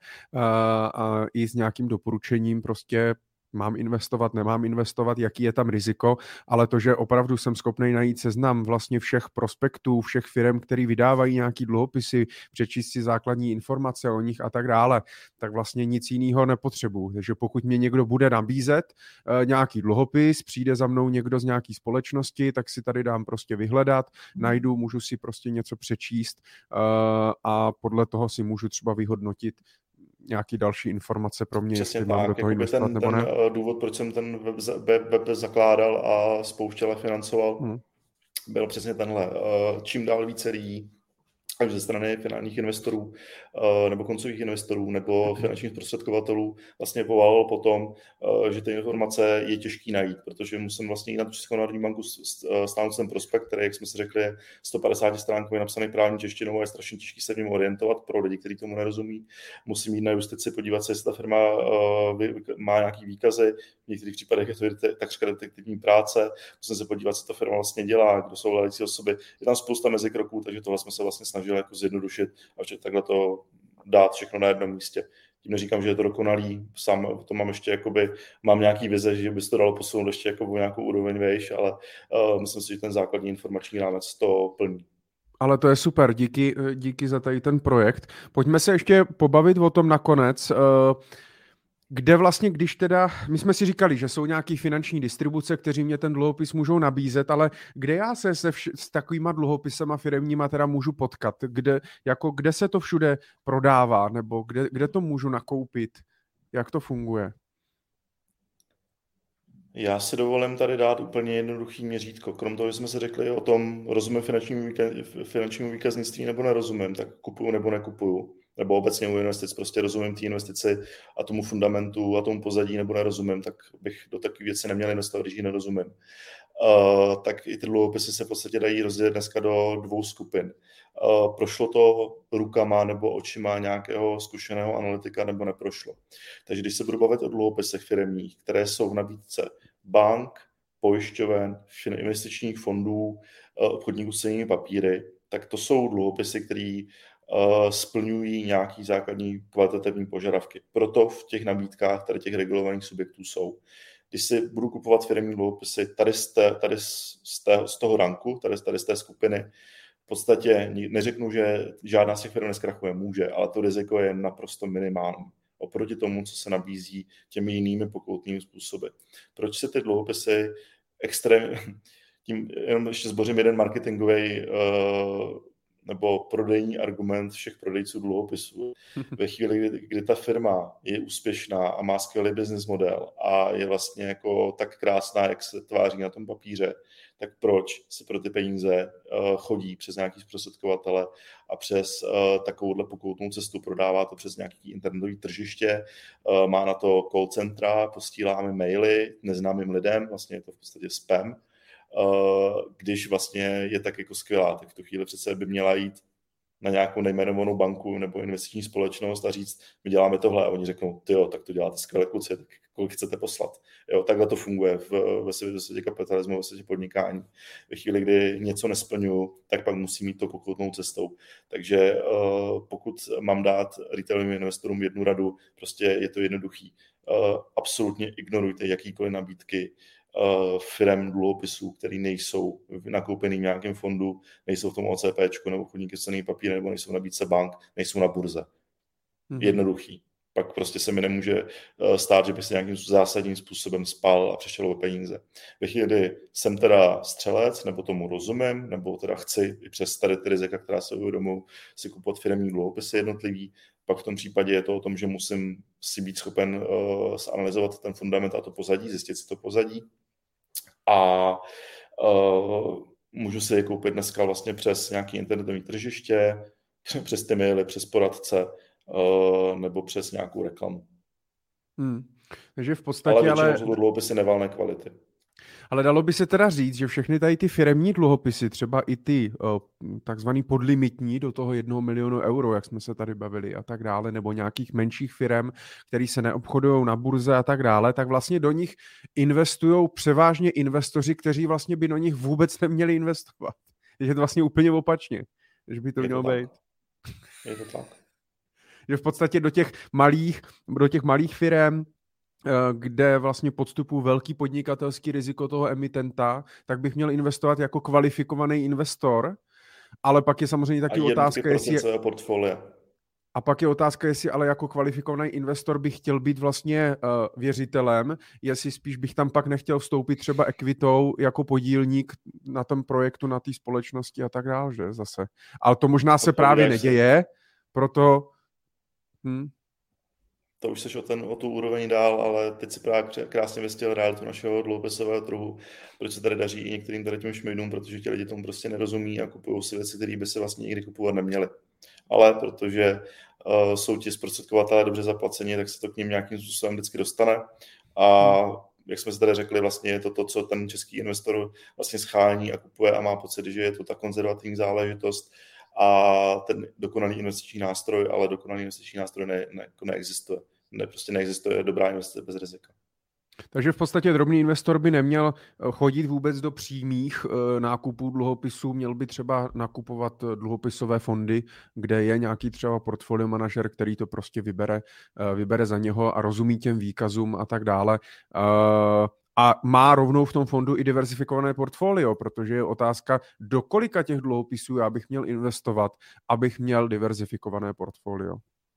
a i s nějakým doporučením prostě mám investovat, nemám investovat, jaký je tam riziko, ale to, že opravdu jsem schopný najít seznam vlastně všech prospektů, všech firm, který vydávají nějaký dluhopisy, přečíst si základní informace o nich a tak dále, tak vlastně nic jiného nepotřebuju. Takže pokud mě někdo bude nabízet uh, nějaký dluhopis, přijde za mnou někdo z nějaký společnosti, tak si tady dám prostě vyhledat, najdu, můžu si prostě něco přečíst uh, a podle toho si můžu třeba vyhodnotit nějaký další informace pro mě, přesně jestli tak, mám do toho investovat ten, nebo ne. Ten důvod, proč jsem ten web, web, web zakládal a spouštěl a financoval, hmm. byl přesně tenhle. Čím dál více lidí, ať ze strany finálních investorů, nebo koncových investorů, nebo finančních zprostředkovatelů, vlastně povolalo potom, že ty informace je těžký najít, protože musím vlastně jít na tu Českou národní banku stáhnout ten prospekt, který, jak jsme si řekli, je sto padesát stránkový napsaný právní češtinou a je strašně těžký se v něm orientovat pro lidi, kteří tomu nerozumí. Musím jít na justici, podívat se, jestli ta firma má nějaký výkazy, v některých případech je to takřka detektivní práce, musím se podívat, co ta firma vlastně dělá, kdo jsou hledající osoby. Je tam spousta mezikroků, takže tohle jsme se vlastně snažili jako zjednodušit a že takhle to dát všechno na jednom místě. Tím neříkám, že je to dokonalý, sám to mám ještě jakoby, mám nějaký vize, že by se to dalo posunout ještě jako nějakou úroveň vejš, ale uh, myslím si, že ten základní informační rámec to plní. Ale to je super, díky, díky za tady ten projekt. Pojďme se ještě pobavit o tom nakonec. Uh, Kde vlastně, když teda, my jsme si říkali, že jsou nějaký finanční distribuce, kteří mě ten dluhopis můžou nabízet, ale kde já se se vš- s takovýma dluhopisama firemníma teda můžu potkat? Kde, jako, kde se to všude prodává? Nebo kde, kde to můžu nakoupit? Jak to funguje? Já si dovolím tady dát úplně jednoduchý měřítko. Krom toho, že jsme si řekli o tom, rozumím finančnímu, výka- finančnímu výkaznictví nebo nerozumím, tak kupuju nebo nekupuju. Nebo obecně u investic, prostě rozumím té investici a tomu fundamentu a tomu pozadí nebo nerozumím, tak bych do takové věci neměl investovat, když ji nerozumím. Uh, tak i ty dluhopisy se v podstatě dají rozdělit dneska do dvou skupin. Uh, prošlo to rukama nebo očima nějakého zkušeného analytika nebo neprošlo. Takže když se budu bavit o dluhopisech firemních, které jsou v nabídce bank, pojišťoven, investičních fondů, uh, obchodníků s cennými papíry, tak to jsou dluhopisy, které Uh, splňují nějaký základní kvalitativní požadavky. Proto v těch nabídkách tady těch regulovaných subjektů jsou. Když si budu kupovat firemní dluhopisy tady z, té, tady z, té, z toho ranku, tady, tady z té skupiny, v podstatě neřeknu, že žádná z těch firm neskrachuje, může, ale to riziko je naprosto minimální oproti tomu, co se nabízí těmi jinými pokoutními způsoby. Proč se ty dluhopisy extrém, tím jenom ještě zbořím jeden marketingový uh, nebo prodejní argument všech prodejců dluhopisů. Ve chvíli, kdy, kdy ta firma je úspěšná a má skvělý business model a je vlastně jako tak krásná, jak se tváří na tom papíře, tak proč se pro ty peníze uh, chodí přes nějaký zprostředkovatele a přes uh, takovouhle pokoutnou cestu prodává to přes nějaký internetový tržiště, uh, má na to call centra, posíláme maily neznámým lidem, vlastně je to v podstatě spam, když vlastně je tak jako skvělá, tak v tu chvíli přece by měla jít na nějakou nejmenovanou banku nebo investiční společnost a říct, my děláme tohle a oni řeknou, tyjo, tak to děláte skvěle kluci, tak kolik chcete poslat. Jo, takhle to funguje v, ve světě, ve světě kapitalismu, ve světě podnikání. Ve chvíli, kdy něco nesplňuju, tak pak musím mít to pokoutnou cestou. Takže uh, pokud mám dát retailovým investorům jednu radu, prostě je to jednoduchý. Uh, absolutně ignorujte jakýkoliv nabídky firem dluhopisů, které nejsou nakoupený v nějakém fondu, nejsou v tom OCPčku nebo chodníky cenný papír, nebo nejsou v nabídce bank, nejsou na burze. Mm-hmm. Jednoduchý. Pak prostě se mi nemůže stát, že by se nějakým zásadním způsobem spal a přešel o peníze. Ve chvíli, kdy jsem teda střelec, nebo tomu rozumím, nebo teda chci i přes tady ty rizika, která se uvědomují, si kupovat firemní dluhopisy jednotlivý, pak v tom případě je to o tom, že musím si být schopen uh, zanalyzovat ten fundament a to pozadí, zjistit si to pozadí. A uh, můžu si je koupit dneska vlastně přes nějaké internetové tržiště, přes ty maily, přes poradce uh, nebo přes nějakou reklamu. Hmm. Takže v podstatě ale většinou ale... jsou to dluhopisy nevalné kvality. Ale dalo by se teda říct, že všechny tady ty firemní dluhopisy, třeba i ty o, takzvaný podlimitní do toho jednoho milionu euro, jak jsme se tady bavili a tak dále, nebo nějakých menších firem, který se neobchodují na burze a tak dále, tak vlastně do nich investují převážně investoři, kteří vlastně by do nich vůbec neměli investovat. Je to vlastně úplně opačně, že by to Je mělo to být. Je to tak. Že v podstatě do těch malých, do těch malých firem, kde vlastně podstupuji velký podnikatelský riziko toho emitenta, tak bych měl investovat jako kvalifikovaný investor, ale pak je samozřejmě taky otázka, jestli... Je... portfolia. A pak je otázka, jestli ale jako kvalifikovaný investor bych chtěl být vlastně uh, věřitelem, jestli spíš bych tam pak nechtěl vstoupit třeba ekvitou jako podílník na tom projektu, na té společnosti a tak dále, že zase. Ale to možná se právě neděje, proto... Hm. To už seš o, ten, o tu úroveň dál, ale teď si právě krásně vystěl realitu našeho dluhopisového trhu, proč se tady daří i některým tady těm šmejdům, protože ti lidi tomu prostě nerozumí a kupují si věci, které by se vlastně nikdy kupovat neměli. Ale protože uh, jsou ti zprostředkovatelé dobře zaplaceni, tak se to k ním nějakým způsobem vždycky dostane. A jak jsme se tady řekli, vlastně je to to, co ten český investor vlastně schání a kupuje a má pocit, že je to ta konzervativní záležitost a ten dokonalý investiční nástroj, ale dokonalý investiční nástroj ne, ne, neexistuje. Ne, prostě neexistuje dobrá investice bez rizika. Takže v podstatě drobný investor by neměl chodit vůbec do přímých nákupů dluhopisů, měl by třeba nakupovat dluhopisové fondy, kde je nějaký třeba portfolio manažer, který to prostě vybere, vybere za něho a rozumí těm výkazům a tak dále. A má rovnou v tom fondu i diversifikované portfolio, protože je otázka, do kolika těch dluhopisů já bych měl investovat, abych měl diversifikované portfolio.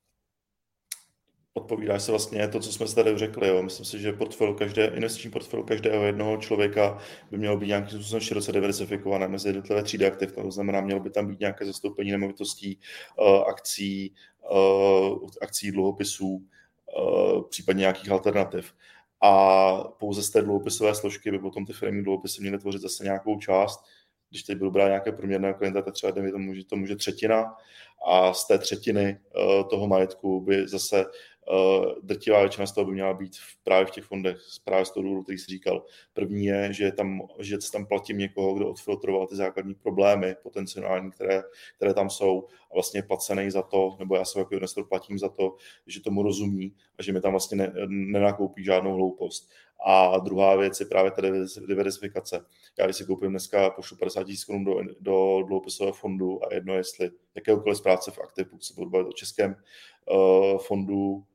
Odpovídáš se vlastně to, co jsme se tady řekli. Jo. Myslím si, že portfolio každé, investiční portfolio každého jednoho člověka by mělo být nějakým způsobem široce diversifikované mezi jednotlivé třídy aktiv. To znamená, mělo by tam být nějaké zastoupení nemovitostí, akcí, akcí dluhopisů, případně nějakých alternativ. A pouze z té dluhopisové složky by potom ty firmní dluhopisy měly tvořit zase nějakou část. Když teď budu brát nějaké průměrného klienta, tak třeba to může, to může třetina a z té třetiny uh, toho majetku by zase uh, drtivá většina z toho by měla být v, právě v těch fondech, právě z toho důvodu, který jsi říkal. První je, že tam, že tam platím někoho, kdo odfiltroval ty základní problémy potenciální, které, které tam jsou a vlastně je placený za to, nebo já se jako investor platím za to, že tomu rozumí a že mi tam vlastně ne, nenakoupí žádnou hloupost. A druhá věc je právě ta diversifikace. Já když si koupím dneska, pošlu padesát tisíc korun do, do dluhopisového fondu a jedno jestli jakéhokoliv správce v aktiv, pokud se budu bavit o českém uh, fondu,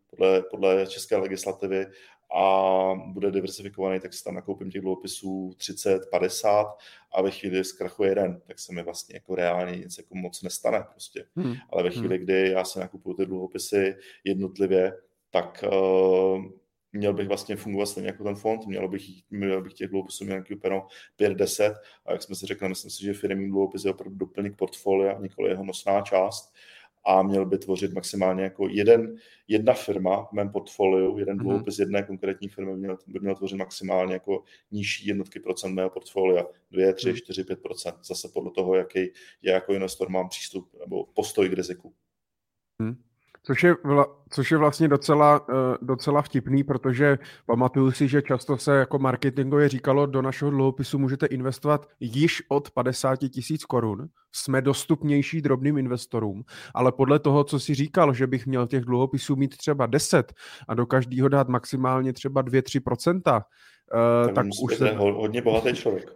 podle, podle české legislativy a bude diversifikovaný, tak si tam nakoupím těch dluhopisů třicet, padesát a ve chvíli, kdy zkrachuje jeden, tak se mi vlastně jako reálně nic jako moc nestane prostě. Hmm. Ale ve chvíli, kdy já si nakupuju ty dluhopisy jednotlivě, tak uh, měl bych vlastně fungovat stejně jako ten fond, měl bych, měl bych těch dluhopisů měl nějaký úplně pět deset a jak jsme si řekli, myslím si, že firemní dluhopis je opravdu doplněk portfolia, nikoli jeho nosná část a měl by tvořit maximálně jako jeden, jedna firma v mém portfoliu, jeden mm-hmm. dluhopis jedné konkrétní firmy by měl, by měl tvořit maximálně jako nižší jednotky procent mého portfolia, dvě, tři, čtyři, pět procent, zase podle toho, jaký já jako investor mám přístup nebo postoj k riziku. Hmm. Což je, vla, což je vlastně docela, docela vtipný, protože pamatuju si, že často se jako marketingově říkalo, do našeho dluhopisu můžete investovat již od padesát tisíc korun. Jsme dostupnější drobným investorům, ale podle toho, co si říkal, že bych měl těch dluhopisů mít třeba deset a do každého dát maximálně třeba dvě tři procenta, tak, tak už se... hodně bohatý člověk.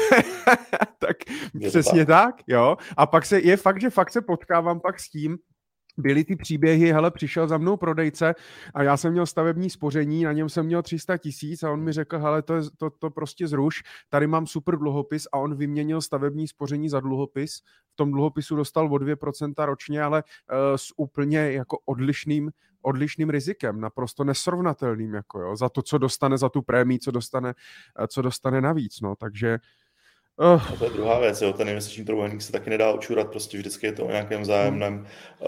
Tak přesně tak. tak, jo. A pak se, je fakt, že fakt se potkávám pak s tím, byly ty příběhy, hele, přišel za mnou prodejce a já jsem měl stavební spoření, na něm jsem měl tři sta tisíc a on mi řekl, hele, to, je, to, to prostě zruš, tady mám super dluhopis a on vyměnil stavební spoření za dluhopis. V tom dluhopisu dostal o dvě procenta ročně, ale uh, s úplně jako odlišným, odlišným rizikem, naprosto nesrovnatelným, jako jo, za to, co dostane, za tu prémii, co dostane, co dostane navíc, no, takže Uh. A to je druhá věc, jo. Ten investiční trojúhelník se taky nedá očurat, prostě vždycky je to o nějakém vzájemném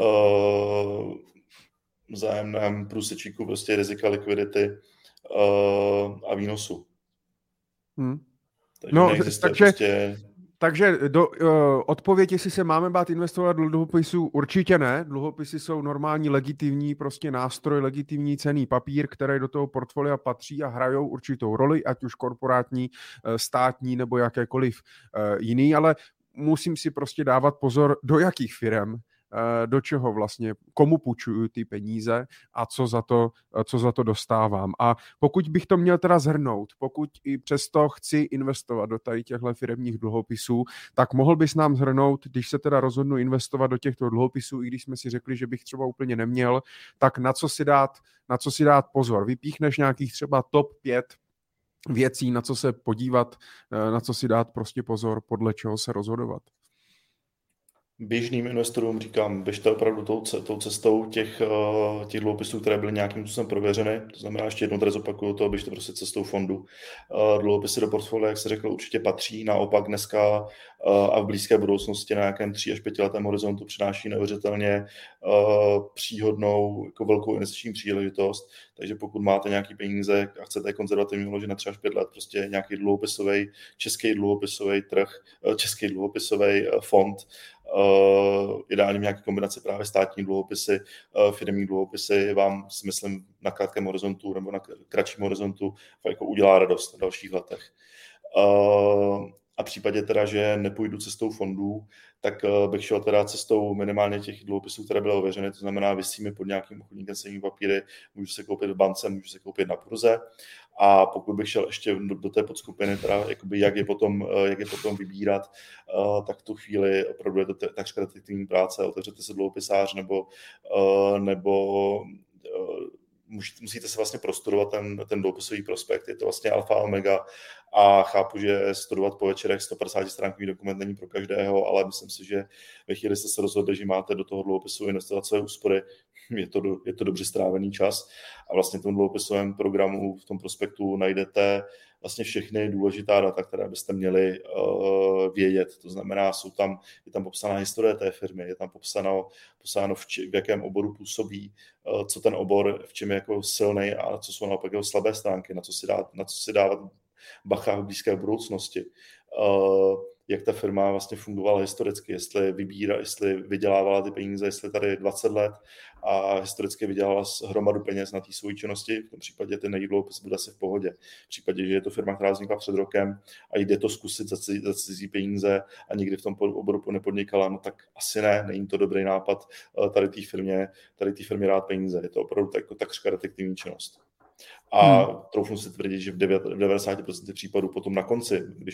uh, vzájemném průsečíku prostě rizika, likvidity uh, a výnosu. Hmm. Takže no, takže, prostě... takže do, uh, odpověď, jestli se máme bát investovat do dluhopisů, určitě ne. Dluhopisy jsou normální, legitimní prostě nástroj, legitimní cenný papír, který do toho portfolia patří a hrajou určitou roli, ať už korporátní, uh, státní nebo jakékoliv uh, jiný, ale musím si prostě dávat pozor, do jakých firem, do čeho vlastně, komu půjčuju ty peníze a co za to, co za to dostávám. A pokud bych to měl teda zhrnout, pokud i přesto chci investovat do tady těchto firemních dluhopisů, tak mohl bys nám zhrnout, když se teda rozhodnu investovat do těchto dluhopisů, i když jsme si řekli, že bych třeba úplně neměl, tak na co si dát, na co si dát pozor. Vypíchneš nějakých třeba top pět věcí, na co se podívat, na co si dát prostě pozor, podle čeho se rozhodovat. Běžným investorům říkám, běžte opravdu tou, tou cestou těch, těch dluhopisů, které byly nějakým způsobem prověřeny. To znamená, ještě jednou tady zopakuju to, běžte prostě cestou fondu. Dluhopisy do portfolia, jak se řekl, určitě patří. Naopak dneska a v blízké budoucnosti na nějakém tři až pětiletém horizontu přináší neuvěřitelně příhodnou, jako velkou investiční příležitost. Takže pokud máte nějaký peníze a chcete konzervativně uložit na tři až pět let, prostě nějaký dluhopisový, český dluhopisový trh, český dluhopisový fond, Uh, ideálně v nějaké kombinaci právě státní dluhopisy, uh, firemní dluhopisy vám, si myslím, na krátkém horizontu nebo na kratším horizontu jako udělá radost v dalších letech. Uh, a v případě teda, že nepůjdu cestou fondů, tak uh, bych šel teda cestou minimálně těch dluhopisů, které byly ověřeny, to znamená, visí mi pod nějakým obchodníkem cennými papíry, můžu se koupit v bance, můžu se koupit na burze. A pokud bych šel ještě do, do té podskupiny, teda, jakoby, jak, je potom, jak je potom vybírat, uh, tak v tu chvíli opravdu je to takřka detektivní práce, otevřete se dluhopisář nebo, uh, nebo uh, musíte se vlastně prostudovat ten, ten dluhopisový prospekt, je to vlastně alfa omega a chápu, že studovat po večerech sto padesát stránkový dokument není pro každého, ale myslím si, že ve chvíli jste se rozhodli, že máte do toho dluhopisu investovat své úspory, je to, je to dobře strávený čas a vlastně v tom dluhopisovém programu, v tom prospektu najdete vlastně všechny důležitá data, které byste měli uh, vědět. To znamená, jsou tam, je tam popsaná historie té firmy, je tam popsáno, popsáno v, či, v jakém oboru působí, uh, co ten obor, v čem je jako silný a co jsou naopak jeho slabé stránky, na co si, dá, na co si dávat bacha v blízké budoucnosti. Uh, jak ta firma vlastně fungovala historicky, jestli vybíra, jestli vydělávala ty peníze, jestli tady dvacet let a historicky vydělala hromadu peněz na té své činnosti, v tom případě ten dluhopis bude asi v pohodě. V případě, že je to firma, která vznikla před rokem a jde to zkusit za cizí, za cizí peníze a nikdy v tom oboru nepodnikala, no tak asi ne, není to dobrý nápad tady té firmě, tady té firmě dát peníze. Je to opravdu tak, takřka detektivní činnost. A hmm. troufnu si tvrdit, že v devadesát procent případů potom na konci, když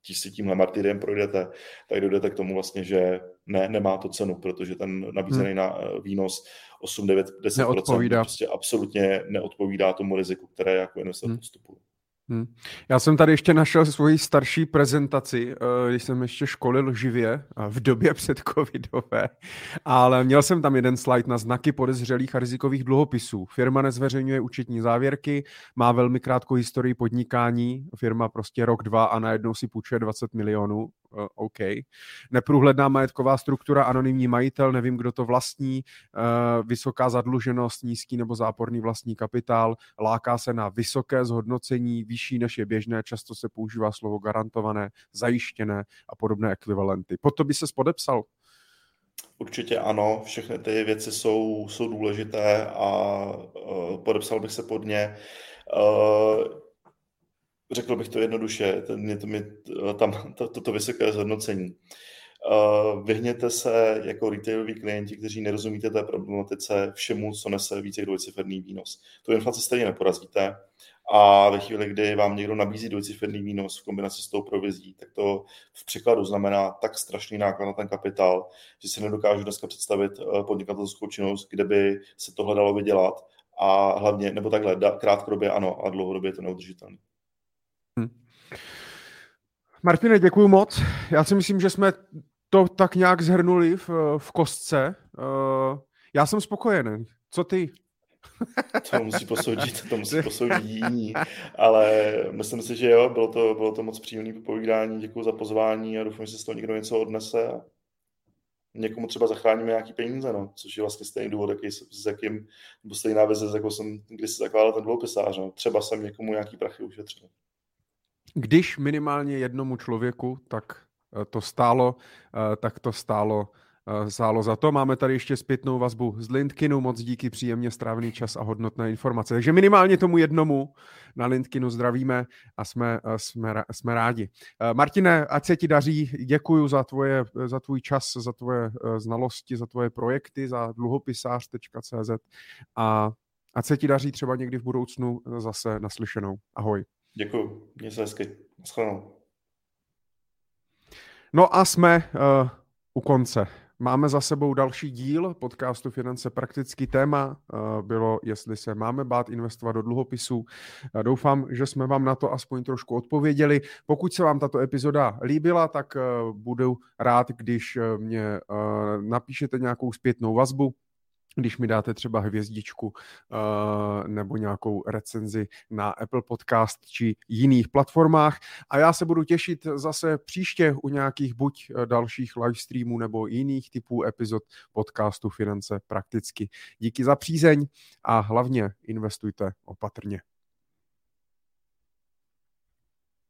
si tímhle martyriem projdete, tak dojdete k tomu vlastně, že ne, nemá to cenu, protože ten nabízený hmm. na výnos osm, devět, deset procent prostě absolutně neodpovídá tomu riziku, které jako investor hmm. podstupuje. Hmm. Já jsem tady ještě našel svoji starší prezentaci, když jsem ještě školil živě v době předcovidové, ale měl jsem tam jeden slide na znaky podezřelých a rizikových dluhopisů. Firma nezveřejňuje účetní závěrky, má velmi krátkou historii podnikání, firma prostě rok, dva a najednou si půjčuje dvacet milionů. Uh, OK. Neprůhledná majetková struktura, anonymní majitel, nevím, kdo to vlastní, uh, vysoká zadluženost, nízký nebo záporný vlastní kapitál, láká se na vysoké zhodnocení, vyšší než je běžné, často se používá slovo garantované, zajištěné a podobné ekvivalenty. Pod to by ses podepsal? Určitě ano, všechny ty věci jsou, jsou důležité a uh, podepsal bych se pod ně. Uh, Řekl bych to jednoduše, mě to, mě, tam to, toto vysoké zhodnocení. Uh, vyhněte se jako retailoví klienti, kteří nerozumíte té problematice, všemu, co nese více jak dvojciferný výnos. Tu inflaci stejně neporazíte a ve chvíli, kdy vám někdo nabízí dvojciferný výnos v kombinaci s tou provizí, tak to v překladu znamená tak strašný náklad na ten kapitál, že si nedokážu dneska představit podnikatelskou činnost, kde by se tohle dalo vydělat a hlavně, nebo takhle, krátkodobě ano, a dlouhodobě je to neudržitelné. Hmm. Martine, děkuju moc. Já si myslím, že jsme to tak nějak zhrnuli v, v kostce. Uh, já jsem spokojený. Co ty? To musí posoudit, to musí posoudit jiní. Ale myslím si, že jo, bylo to, bylo to moc příjemné popovídání. Děkuju za pozvání a doufám, že se z toho někdo něco odnese. A někomu třeba zachráníme nějaký peníze, no, což je vlastně stejný důvod, jaký, s jakým, nebo stejná vize, jako jsem, když se zakládal ten dluhopisář. No. Třeba jsem někomu nějaký prachy ušetřil. Když minimálně jednomu člověku, tak to stálo, tak to stálo, stálo za to. Máme tady ještě zpětnou vazbu z LinkedInu, moc díky, příjemně strávený čas a hodnotné informace. Takže minimálně tomu jednomu na LinkedInu zdravíme a jsme, jsme, jsme rádi. Martine, ať se ti daří, děkuju za, tvoje, za tvůj čas, za tvoje znalosti, za tvoje projekty, za dluhopisář tečka cé zet a ať se ti daří třeba někdy v budoucnu zase naslyšenou. Ahoj. Děkuju, měj se hezky. Naschledanou. No a jsme uh, u konce. Máme za sebou další díl podcastu Finance prakticky. Téma uh, bylo, jestli se máme bát investovat do dluhopisů. Uh, doufám, že jsme vám na to aspoň trošku odpověděli. Pokud se vám tato epizoda líbila, tak uh, budu rád, když uh, mě uh, napíšete nějakou zpětnou vazbu, když mi dáte třeba hvězdičku uh, nebo nějakou recenzi na Apple Podcast či jiných platformách. A já se budu těšit zase příště u nějakých buď dalších livestreamů nebo jiných typů epizod podcastu Finance prakticky. Díky za přízeň a hlavně investujte opatrně.